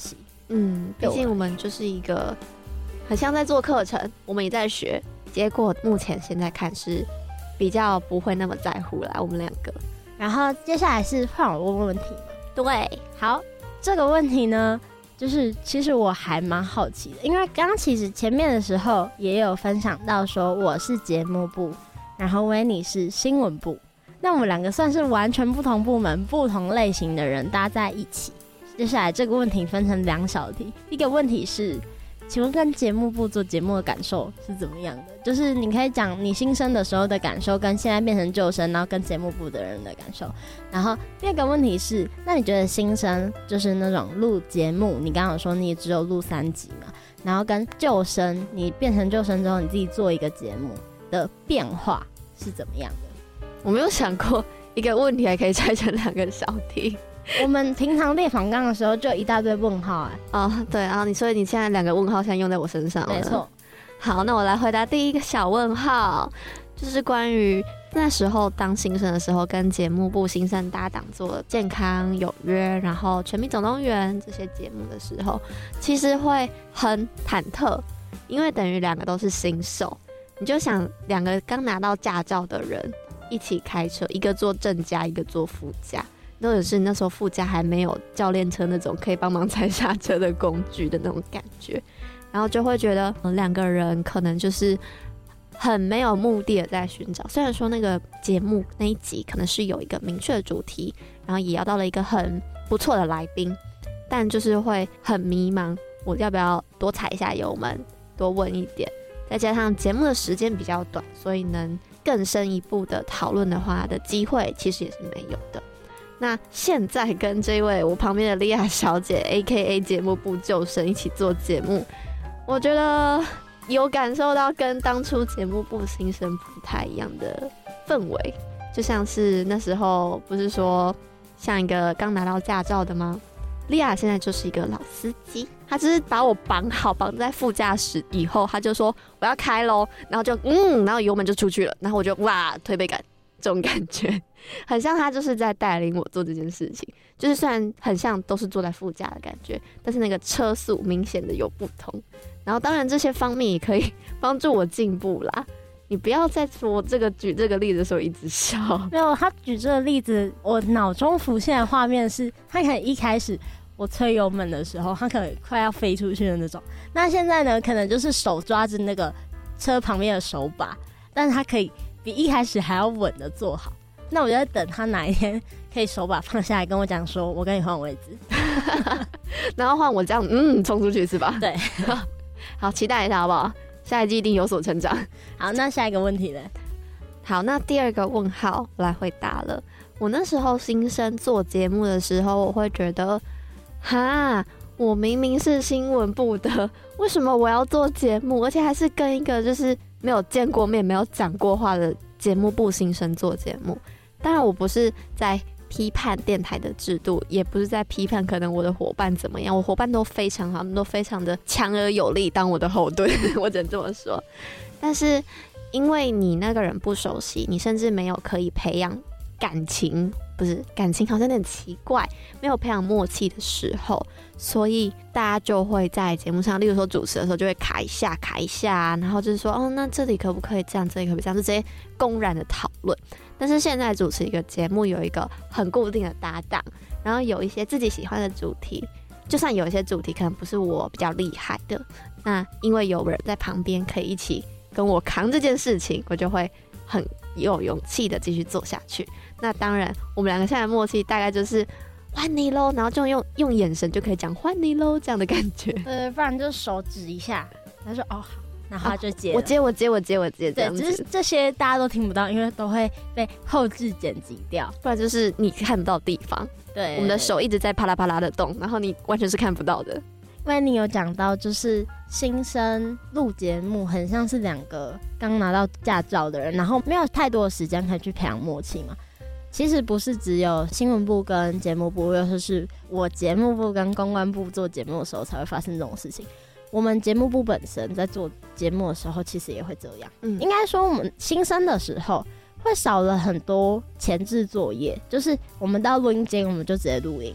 嗯，毕竟我们就是一个很像在做课程，我们也在学，结果目前现在看是比较不会那么在乎啦，我们两个。 然后接下来是换我问问题嘛？ 对， 好，这个问题呢，就是其实我还蛮好奇的，因为刚刚其实前面的时候也有分享到说我是节目部，然后维尼是新闻部，那我们两个算是完全不同部门、不同类型的人搭在一起。接下来这个问题分成两小题，第一个问题是，请问跟节目部做节目的感受是怎么样的？就是你可以讲你新生的时候的感受，跟现在变成旧生，然后跟节目部的人的感受。然后第二个问题是，那你觉得新生就是那种录节目，你刚刚有说你也只有录三集嘛，然后跟旧生，你变成旧生之后，你自己做一个节目的变化是怎么样的？ 我没有想过一个问题还可以拆成两个小题。 我们平常列访纲的时候就一大堆问号哎、 欸。哦，对啊，你所以你现在两个问号现在用在我身上了。 没错。 好，那我来回答第一个小问号，就是关于那时候当新生的时候，跟节目部新生搭档做健康有约，然后全民总动员这些节目的时候，其实会很忐忑，因为等于两个都是新手，你就想两个刚拿到驾照的人一起开车，一个坐正驾，一个坐副驾。或者是那时候副驾还没有教练车那种可以帮忙踩刹车的工具的那种感觉，然后就会觉得两个人可能就是很没有目的的在寻找。虽然说那个节目那一集可能是有一个明确的主题，然后也要到了一个很不错的来宾，但就是会很迷茫，我要不要多踩一下油门，多问一点。再加上节目的时间比较短，所以能更深一步的讨论的话的机会其实也是没有的。那现在跟这位我旁边的莉亚小姐 A K A 节目部旧生一起做节目，我觉得有感受到跟当初节目部新生不太一样的氛围。就像是那时候不是说像一个刚拿到驾照的吗？莉亚现在就是一个老司机，她只是把我绑好绑在副驾驶以后，她就说我要开咯，然后就嗯，然后油门就出去了，然后我就哇推背感，这种感觉很像他就是在带领我做这件事情，就是虽然很像都是坐在副驾的感觉，但是那个车速明显的有不同。然后当然这些方面也可以帮助我进步啦。你不要在我这个举这个例子的时候一直笑。 没有，他举这个例子，我脑中浮现的画面是，他可能一开始我催油门的时候，他可能快要飞出去的那种。那现在呢，可能就是手抓着那个车旁边的手把，但是他可以比一开始还要稳的做好。那我就在等他哪一天可以手把放下来跟我讲说，我跟你换位置， 然后换我这样嗯冲出去是吧？ 对， 好，期待一下好不好？下一季一定有所成长。 好，那下一个问题呢？ 好，那第二个问号我来回答了。我那时候新生做节目的时候，我会觉得，哈，我明明是新闻部的，为什么我要做节目？而且还是跟一个就是没有见过面、没有讲过话的节目部新生做节目。当然，我不是在批判电台的制度，也不是在批判可能我的伙伴怎么样，我伙伴都非常好，他们都非常的强而有力，当我的后盾，我只能这么说。但是因为你那个人不熟悉，你甚至没有可以培养感情，不是感情好像有点奇怪，没有培养默契的时候，所以大家就会在节目上，例如说主持的时候就会卡一下卡一下，然后就是说哦，那这里可不可以这样，这里可不可以这样，就直接公然的讨论。但是现在主持一个节目有一个很固定的搭档，然后有一些自己喜欢的主题，就算有一些主题可能不是我比较厉害的，那因为有人在旁边可以一起跟我扛这件事情，我就会很有勇气的继续做下去。那当然我们两个现在的默契大概就是换你咯，然后就用用眼神就可以讲换你咯这样的感觉。 呃，不然就手指一下，他说哦好，然后他就接了、 哦、我接我接我接我接这样子。 对，只是这些大家都听不到，因为都会被后置剪辑掉， 不然就是你看不到地方。 对， 我们的手一直在啪啦啪啦的动，然后你完全是看不到的。 因为你有讲到，就是新生录节目很像是两个刚拿到驾照的人，然后没有太多的时间可以去培养默契嘛。其实不是只有新闻部跟节目部，又是我节目部跟公关部做节目的时候才会发生这种事情。我们节目部本身在做节目的时候，其实也会这样。嗯，应该说我们新生的时候会少了很多前置作业，就是我们到录音间我们就直接录音。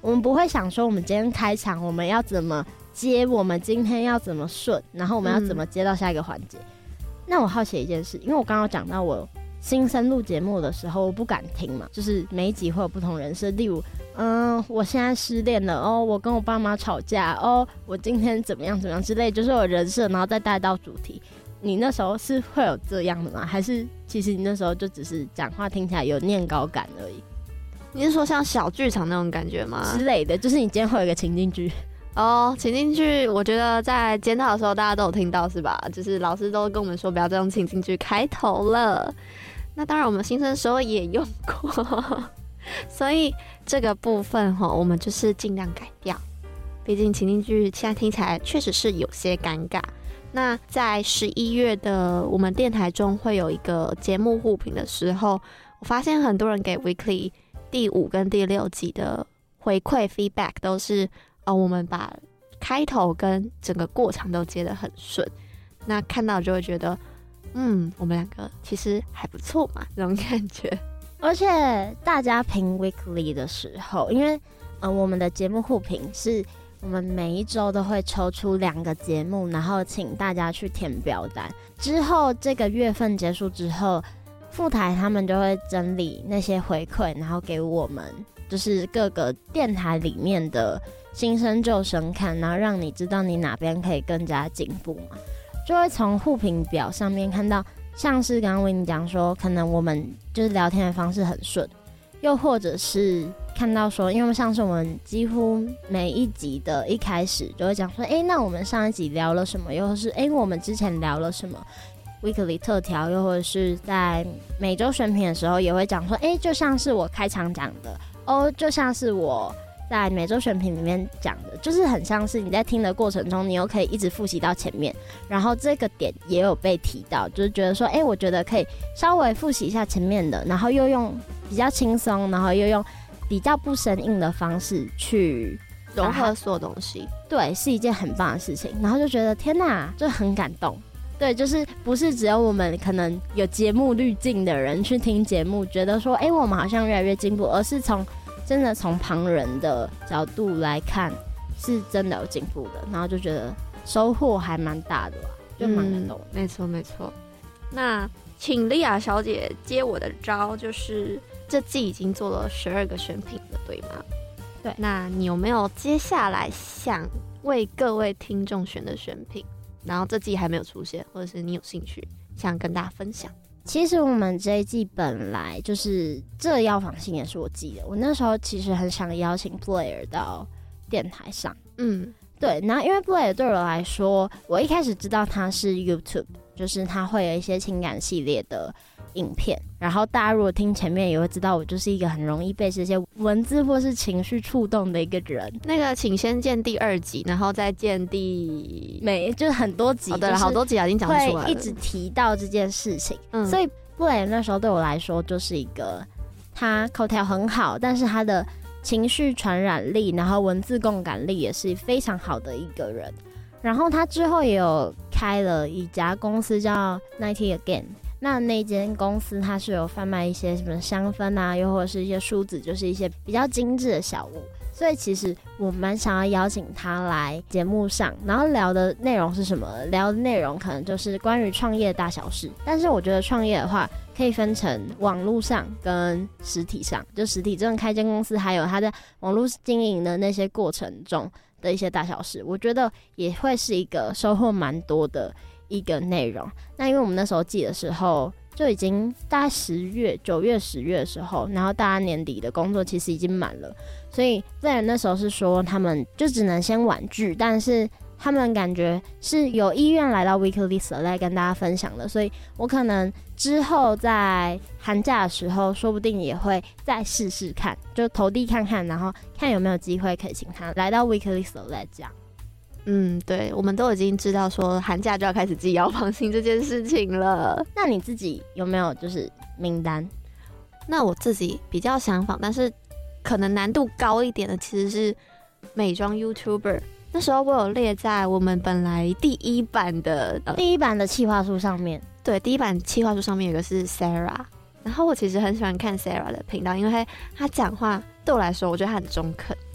我们不会想说我们今天开场我们要怎么接，我们今天要怎么顺，然后我们要怎么接到下一个环节、嗯。那我好奇一件事，因为我刚刚讲到我新生录节目的时候，我不敢听嘛，就是每一集会有不同人设，例如，嗯，我现在失恋了哦，我跟我爸妈吵架哦，我今天怎么样怎么样之类，就是有人设，然后再带到主题。你那时候是会有这样的吗？还是其实你那时候就只是讲话听起来有念稿感而已？ 你是说像小剧场那种感觉吗？ 之类的，就是你今天会有一个情境剧。 哦，情境剧，我觉得在检讨的时候大家都有听到是吧？就是老师都跟我们说不要再用情境剧开头了。那当然我们新生的时候也用过，所以这个部分齁，我们就是尽量改掉。毕竟情境剧现在听起来确实是有些尴尬。那在十一月的我们电台中会有一个节目互评的时候，我发现很多人给 Weekly 第五跟第六集的回馈 feedback 都是，呃，我们把开头跟整个过场都接得很顺。那看到就会觉得，嗯，我们两个其实还不错嘛，这种感觉。 而且大家评 Weekly 的时候，因为呃我们的节目互评是我们每一周都会抽出两个节目，然后请大家去填表单。之后这个月份结束之后，副台他们就会整理那些回馈，然后给我们就是各个电台里面的新生旧生看，然后让你知道你哪边可以更加进步嘛。就会从互评表上面看到，像是刚刚维尼讲说，可能我们就是聊天的方式很顺，又或者是看到说，因为像是我们几乎每一集的一开始就会讲说，哎，那我们上一集聊了什么，又或是哎我们之前聊了什么 weekly 特调，又或者是在每周选品的时候也会讲说，哎，就像是我开场讲的哦，就像是我在每周选品里面讲的，就是很像是你在听的过程中，你又可以一直复习到前面，然后这个点也有被提到，就是觉得说，哎，我觉得可以稍微复习一下前面的，然后又用比较轻松，然后又用比较不生硬的方式去融合所有东西， 对，是一件很棒的事情。然后就觉得天哪，就很感动。对，就是不是只有我们可能有节目滤镜的人去听节目，觉得说，哎，我们好像越来越进步，而是从真的从旁人的角度来看，是真的有进步的。然后就觉得收获还蛮大的啦，就蛮感动的、 嗯。没错没错。那请莉亚小姐接我的招，就是这季已经做了十二个选品了，对吗？ 对。 那你有没有接下来想为各位听众选的选品，然后这季还没有出现，或者是你有兴趣想跟大家分享？ 其实我们这一季本来就是这邀访信也是我寄的，我那时候其实很想邀请 Blair 到电台上， 嗯， 对。然后因为 Blair 对我来说，我一开始知道他是 YouTube， 就是他会有一些情感系列的影片，然后大家如果听前面也会知道，我就是一个很容易被这些文字或是情绪触动的一个人。 那个请先见第二集，然后再见第每就是很多集， 哦、对了，好多集已经讲出来了， 会一直提到这件事情。 嗯， 所以布雷那时候对我来说就是一个他口条很好，但是他的情绪传染力，然后文字共感力也是非常好的一个人。然后他之后也有开了一家公司叫 ninety again。那那间公司它是有贩卖一些什么香氛啊，又或者是一些梳子，就是一些比较精致的小物。所以其实我蛮想要邀请他来节目上，然后聊的内容是什么？聊的内容可能就是关于创业的大小事。但是我觉得创业的话，可以分成网络上跟实体上，就实体真的开间公司，还有他在网络经营的那些过程中的一些大小事，我觉得也会是一个收获蛮多的一个内容。那因为我们那时候寄的时候就已经大概十月、九月、十月的时候，然后大家年底的工作其实已经满了，所以虽然那时候是说他们就只能先婉拒，但是他们感觉是有意愿来到 Weekly Select 跟大家分享的，所以我可能之后在寒假的时候，说不定也会再试试看，就投递看看，然后看有没有机会可以请他来到 Weekly Select 这样。 嗯，对，我们都已经知道说寒假就要开始寄邀访信这件事情了。 那你自己有没有就是名单？ 那我自己比较想访，但是可能难度高一点的其实是美妆 YouTuber。那时候我有列在我们本来第一版的、呃、 第一版的企划书上面。 对，第一版企划书上面有个是 Sarah， 然后我其实很喜欢看 Sarah 的频道，因为她讲话对我来说，我觉得她很中肯。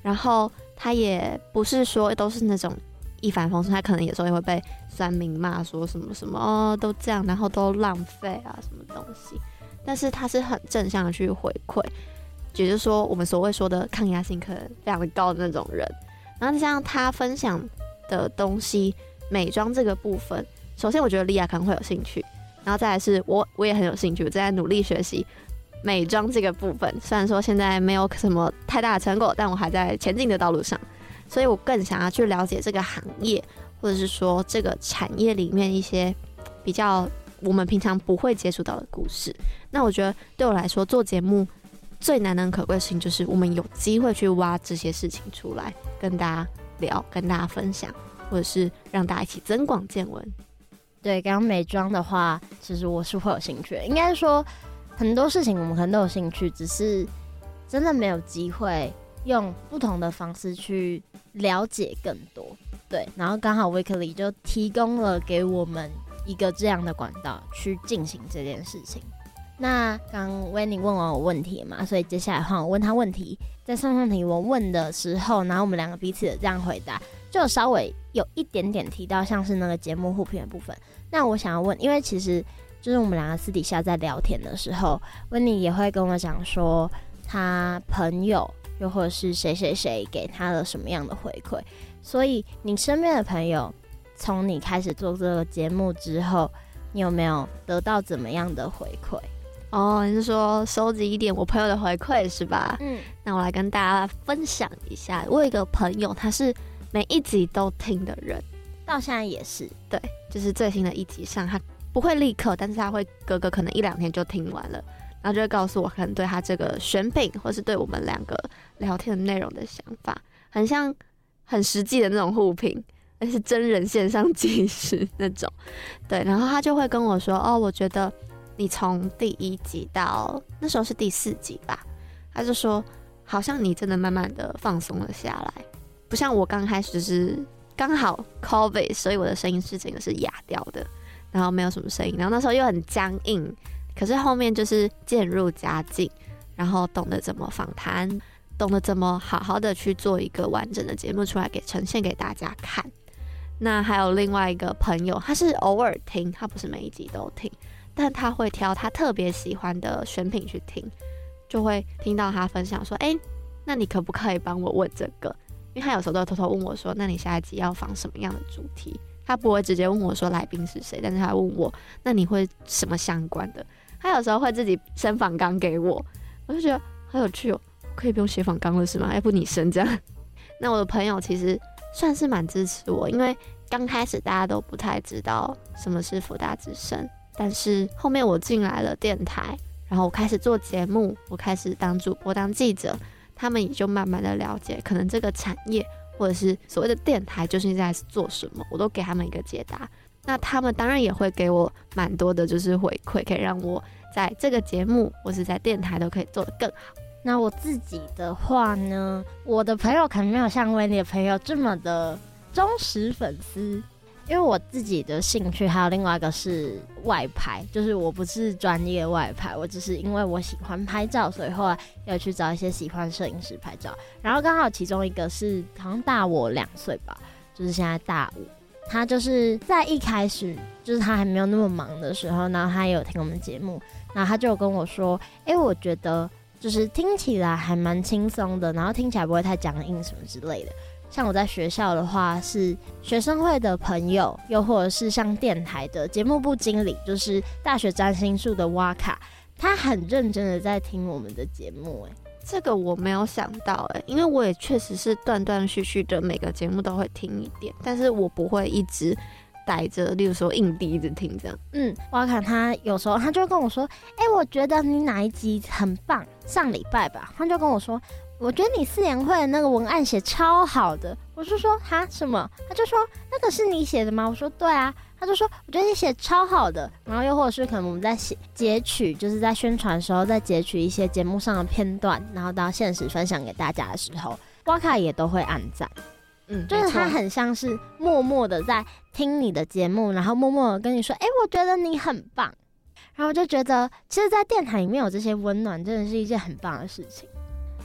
然后他也不是说都是那种一帆风顺，他可能有时候也会被酸民骂说什么什么哦都这样，然后都浪费啊什么东西。但是他是很正向的去回馈，也就是说我们所谓说的抗压性可能非常的高的那种人。然后像他分享的东西，美妆这个部分，首先我觉得莉亚可能会有兴趣，然后再来是我我也很有兴趣，我正在努力学习美妆这个部分。虽然说现在没有什么太大的成果，但我还在前进的道路上，所以我更想要去了解这个行业，或者是说这个产业里面一些比较我们平常不会接触到的故事。那我觉得对我来说做节目最难能可贵的事情就是我们有机会去挖这些事情出来跟大家聊，跟大家分享，或者是让大家一起增广见闻。 对，刚刚美妆的话，其实我是会有兴趣的。应该说很多事情我们可能都有兴趣，只是真的没有机会用不同的方式去了解更多。对，然后刚好 Weekly 就提供了给我们一个这样的管道去进行这件事情。那刚 Winnie 问完我问题嘛，所以接下来换我问他问题。在上上题我问的时候，然后我们两个彼此的这样回答，就稍微有一点点提到像是那个节目互评的部分。那我想要问，因为其实就是我们两个私底下在聊天的时候， Winnie 也会跟我讲说他朋友又或者是谁谁谁给他了什么样的回馈。所以你身边的朋友从你开始做这个节目之后，你有没有得到怎么样的回馈？ 哦，你是说收集一点我朋友的回馈是吧？ 嗯， 那我来跟大家分享一下。我有一个朋友，他是每一集都听的人， 到现在也是。 对，就是最新的一集上，他不会立刻，但是他会隔个可能一两天就听完了，然后就会告诉我可能对他这个选品，或是对我们两个聊天的内容的想法，很像很实际的那种互评，而且是真人线上即时那种。对，然后他就会跟我说，哦，我觉得你从第一集到那时候是第四集吧，他就说好像你真的慢慢的放松了下来，不像我刚开始是刚好 COVID， 所以我的声音是整个是哑掉的，然后没有什么声音，然后那时候又很僵硬，可是后面就是渐入佳境，然后懂得怎么访谈，懂得怎么好好的去做一个完整的节目出来给呈现给大家看。那还有另外一个朋友，他是偶尔听，他不是每一集都听，但他会挑他特别喜欢的选品去听，就会听到他分享说，哎、欸，那你可不可以帮我问这个？因为他有时候都会偷偷问我说，那你下一集要访什么样的主题？他不会直接问我说来宾是谁，但是他问我，那你会什么相关的？他有时候会自己生访纲给我，我就觉得好有趣哦，可以不用写访纲了是吗？要不你生这样？那我的朋友其实算是蛮支持我，因为刚开始大家都不太知道什么是福大之声，但是后面我进来了电台，然后我开始做节目，我开始当主播当记者，他们也就慢慢的了解可能这个产业或者是所谓的电台究竟在做什么，我都给他们一个解答。那他们当然也会给我蛮多的就是回馈，可以让我在这个节目或是在电台都可以做得更好。 那我自己的话呢，我的朋友可能没有像Winnie的朋友这么的忠实粉丝，因为我自己的兴趣还有另外一个是外拍，就是我不是专业外拍，我只是因为我喜欢拍照，所以后来要去找一些喜欢摄影师拍照。然后刚好其中一个是好像大我两岁吧，就是现在大五，他就是在一开始就是他还没有那么忙的时候，然后他也有听我们节目，然后他就有跟我说，哎、欸，我觉得就是听起来还蛮轻松的，然后听起来不会太僵硬什么之类的。像我在学校的话是学生会的朋友，又或者是像电台的节目部经理，就是大学占星术的哇卡，他很认真的在听我们的节目。哎， 这个我没有想到哎，因为我也确实是断断续续的每个节目都会听一点，但是我不会一直带着，例如说硬币一直听这样。 嗯，哇卡他有时候他就跟我说，哎、欸，我觉得你哪一集很棒，上礼拜吧，他就跟我说，我觉得你四言会的那个文案写超好的。我就说哈什么？他就说那个是你写的吗？我说对啊。他就说我觉得你写超好的。然后又或者是可能我们在写截取，就是在宣传的时候在截取一些节目上的片段，然后到现实分享给大家的时候，哇卡也都会按赞。嗯，就是他很像是默默的在听你的节目，然后默默的跟你说，哎、欸，我觉得你很棒。然后我就觉得，其实，在电台里面有这些温暖，真的是一件很棒的事情。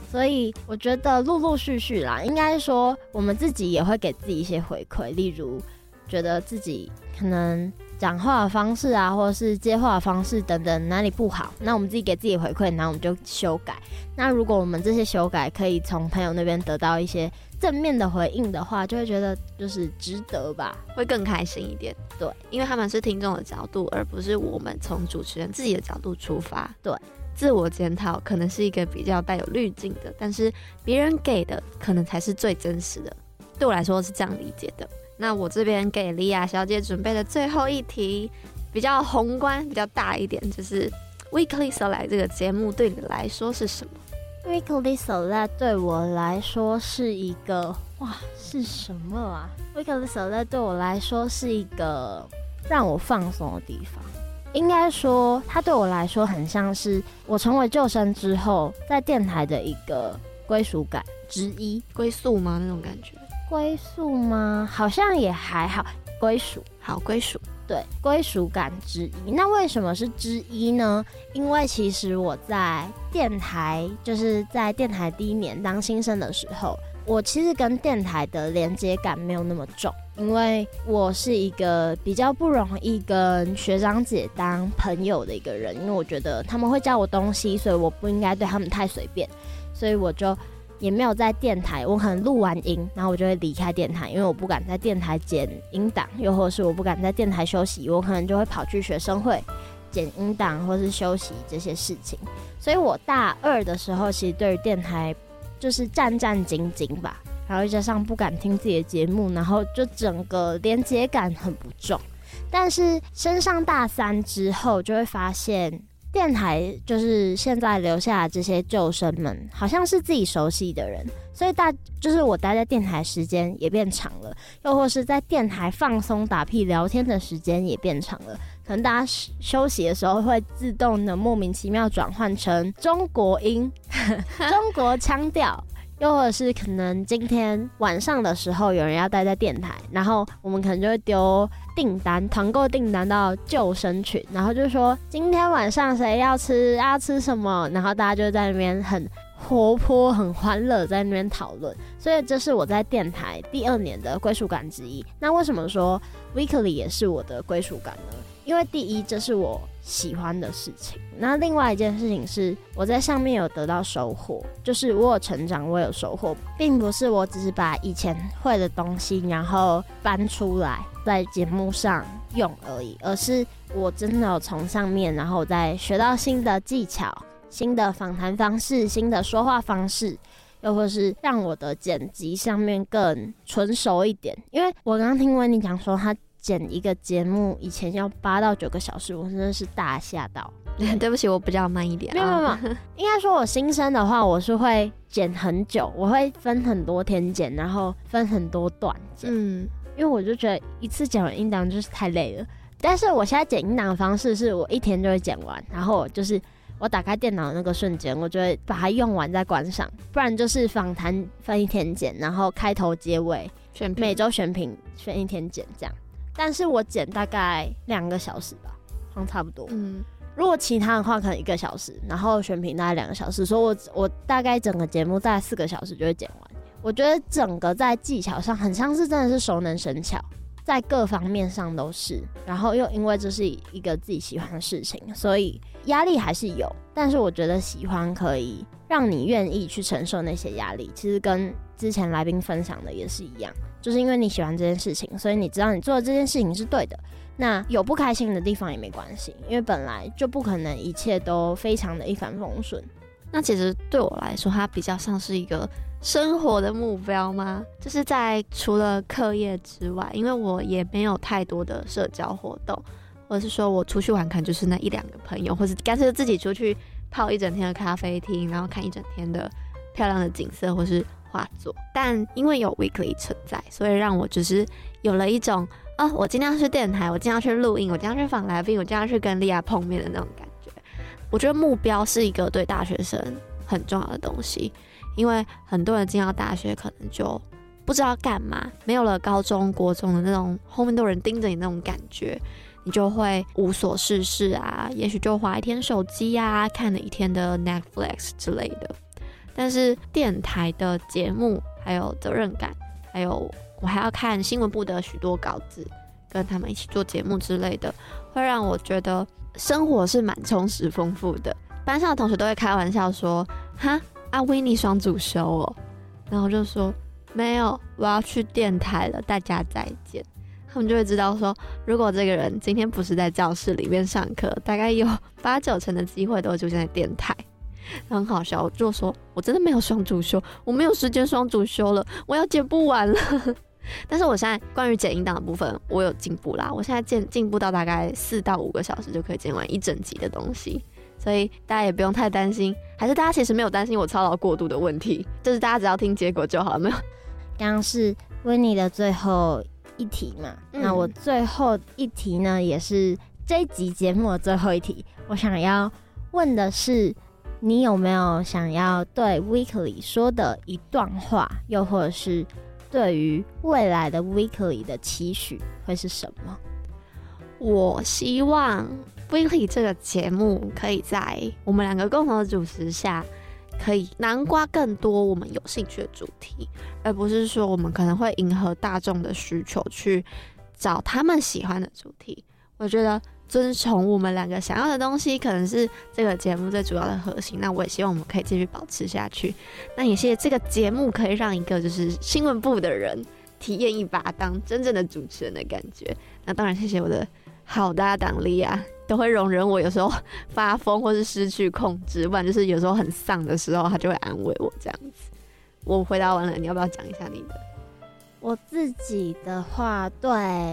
所以我觉得陆陆续续啦，应该说我们自己也会给自己一些回馈，例如觉得自己可能讲话的方式啊，或者是接话的方式等等哪里不好，那我们自己给自己回馈，然后我们就修改。那如果我们这些修改可以从朋友那边得到一些正面的回应的话，就会觉得就是值得吧， 会更开心一点。 对， 因为他们是听众的角度，而不是我们从主持人自己的角度出发。 对， 自我检讨可能是一个比较带有滤镜的，但是别人给的可能才是最真实的。对我来说是这样理解的。那我这边给莉亚小姐准备的最后一题比较宏观比较大一点，就是 Weekly Select 这个节目对你来说是什么？ Weekly Select 对我来说是一个哇是什么啊 Weekly Select 对我来说是一个让我放松的地方。应该说它对我来说很像是我成为救生之后在电台的一个归属感之一。 归宿吗？那种感觉？ 归宿吗？好像也还好。归属， 好，归属， 对，归属感之一。那为什么是之一呢？因为其实我在电台，就是在电台第一年当新生的时候，我其实跟电台的连接感没有那么重，因为我是一个比较不容易跟学长姐当朋友的一个人，因为我觉得他们会教我东西，所以我不应该对他们太随便，所以我就也没有在电台，我可能录完音，然后我就会离开电台，因为我不敢在电台剪音档，又或是我不敢在电台休息，我可能就会跑去学生会剪音档或是休息这些事情。所以我大二的时候，其实对于电台就是战战兢兢吧，然后加上不敢听自己的节目，然后就整个连结感很不重。但是升上大三之后，就会发现电台就是现在留下的这些旧生们，好像是自己熟悉的人，所以大就是我待在电台时间也变长了，又或是在电台放松打屁聊天的时间也变长了。可能大家休息的时候会自动的莫名其妙转换成中国音、中国腔调。又或者是可能今天晚上的时候有人要待在电台，然后我们可能就会丢订单团购订单到救生群，然后就说今天晚上谁要吃要吃什么，然后大家就在那边很活泼很欢乐在那边讨论。所以这是我在电台第二年的归属感之一。那为什么说 Weekly 也是我的归属感呢？因为第一，这是我喜欢的事情。那另外一件事情是，我在上面有得到收获，就是我有成长，我有收获，并不是我只是把以前会的东西然后搬出来在节目上用而已，而是我真的有从上面，然后再学到新的技巧、新的访谈方式、新的说话方式，又或是让我的剪辑上面更纯熟一点。因为我刚刚听温妮讲说，他剪一个节目以前要八到九个小时，我真的是大吓到。 对不起，我比较慢一点。 没有没有，应该说我新生的话，我是会剪很久，我会分很多天剪，然后分很多段剪。嗯，因为我就觉得一次剪完音档就是太累了。但是我现在剪音档的方式是我一天就会剪完，然后就是我打开电脑的那个瞬间，我就会把它用完再关上，不然就是访谈分一天剪，然后开头结尾选每周选品选一天剪这样。但是我剪大概两个小时吧，好像差不多。嗯，如果其他的话可能一个小时，然后选品大概两个小时，所以我我大概整个节目大概四个小时就会剪完。我觉得整个在技巧上很像是真的是熟能生巧，在各方面上都是。然后又因为这是一个自己喜欢的事情，所以压力还是有，但是我觉得喜欢可以让你愿意去承受那些压力。其实跟之前来宾分享的也是一样，就是因为你喜欢这件事情，所以你知道你做的这件事情是对的。那有不开心的地方也没关系，因为本来就不可能一切都非常的一帆风顺。 那其实对我来说，它比较像是一个生活的目标吗？就是在除了课业之外，因为我也没有太多的社交活动，或者是说我出去玩可能就是那一两个朋友，或者干脆自己出去泡一整天的咖啡厅，然后看一整天的漂亮的景色或是画作。但因为有 Weekly 存在，所以让我就是有了一种啊，我今天要去电台，我今天要去录音，我今天要去访来宾，我今天要去跟莉亚碰面的那种感觉。我觉得目标是一个对大学生很重要的东西，因为很多人进到大学可能就不知道干嘛，没有了高中国中的那种后面都有人盯着你那种感觉，你就会无所事事啊，也许就滑一天手机啊，看了一天的 Netflix 之类的。 但是电台的节目还有责任感，还有我还要看新闻部的许多稿子，跟他们一起做节目之类的，会让我觉得生活是蛮充实丰富的。班上的同学都会开玩笑说，哈，阿威尼双主修哦，然后我就说没有，我要去电台了，大家再见。他们就会知道说，如果这个人今天不是在教室里面上课，大概有八九成的机会都会出现在电台。很好笑，我就说我真的没有双主修，我没有时间双主修了，我要剪不完了。但是我现在关于剪音档的部分，我有进步啦，我现在进进步到大概四到五个小时就可以剪完一整集的东西，所以大家也不用太担心，还是大家其实没有担心我操劳过度的问题，就是大家只要听结果就好了，没有。 刚刚是维尼的最后一题嘛、嗯、那我最后一题呢也是这一集节目的最后一题，我想要问的是，你有没有想要对 Weekly 说的一段话，又或者是对于未来的 Weekly 的期许会是什么？ 我希望 Weekly 这个节目可以在我们两个共同的主持下，可以南瓜更多我们有兴趣的主题，而不是说我们可能会迎合大众的需求去找他们喜欢的主题。我觉得遵从我们两个想要的东西可能是这个节目最主要的核心，那我也希望我们可以继续保持下去。那也谢谢这个节目可以让一个就是新闻部的人体验一把当真正的主持人的感觉。那当然谢谢我的好搭档莉亚，都会容忍我有时候发疯或是失去控制，不然就是有时候很丧的时候他就会安慰我这样子。我回答完了，你要不要讲一下你的？ 我自己的话，对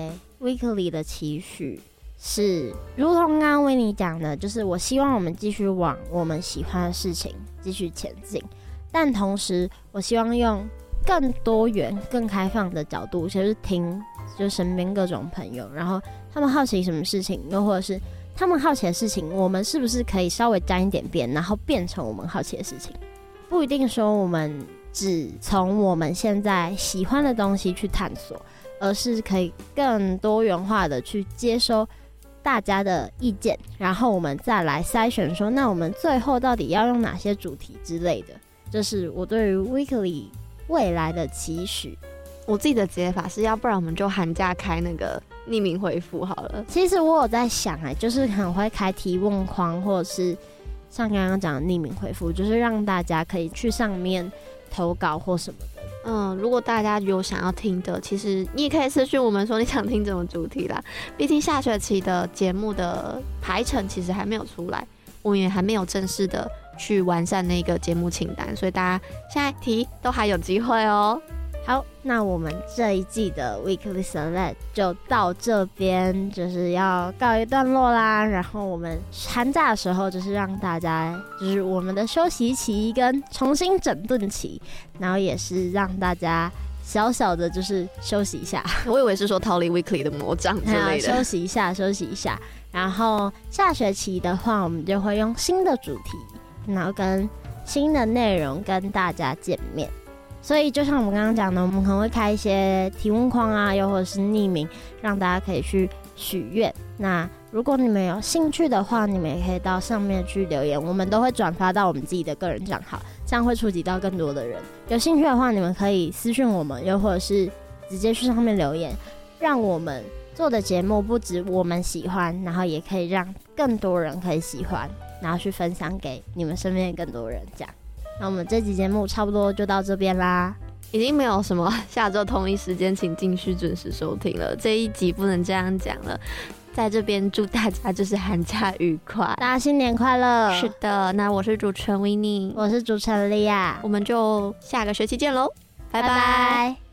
Weekly 的期许是如同刚刚维尼讲的，就是我希望我们继续往我们喜欢的事情继续前进，但同时我希望用更多元更开放的角度，就是听就身边各种朋友，然后他们好奇什么事情，又或者是他们好奇的事情，我们是不是可以稍微沾一点边，然后变成我们好奇的事情。不一定说我们只从我们现在喜欢的东西去探索，而是可以更多元化的去接收大家的意见，然后我们再来筛选说，那我们最后到底要用哪些主题之类的。这是我对于 Weekly 未来的期许。 我自己的解法是，要不然我们就寒假开那个匿名回复好了。 其实我有在想、欸、就是很会开提问框，或者是像刚刚讲的匿名回复，就是让大家可以去上面投稿或什么的。 嗯，如果大家有想要听的，其实你也可以私讯我们说你想听什么主题啦。毕竟下学期的节目的排程其实还没有出来，我们也还没有正式的去完善那个节目清单，所以大家现在提都还有机会哦。 好，那我们这一季的 Weekly Select 就到这边，就是要告一段落啦。然后我们寒假的时候，就是让大家就是我们的休息期跟重新整顿期，然后也是让大家小小的就是休息一下。 我以为是说逃离 Weekly 的魔杖之类的， 休息一下，休息一下。然后下学期的话，我们就会用新的主题，然后跟新的内容跟大家见面。所以就像我们刚刚讲的，我们可能会开一些提问框啊，又或者是匿名，让大家可以去许愿。那如果你们有兴趣的话，你们也可以到上面去留言，我们都会转发到我们自己的个人账号，这样会触及到更多的人。有兴趣的话，你们可以私讯我们，又或者是直接去上面留言，让我们做的节目不止我们喜欢，然后也可以让更多人可以喜欢，然后去分享给你们身边的更多人，这样。那我们这集节目差不多就到这边啦， 已经没有什么下周同一时间请继续准时收听了，这一集不能这样讲了。在这边祝大家就是寒假愉快， 大家新年快乐。 是的，那我是主持人维尼， 我是主持人莉亚， 我们就下个学期见喽，拜拜。 拜拜。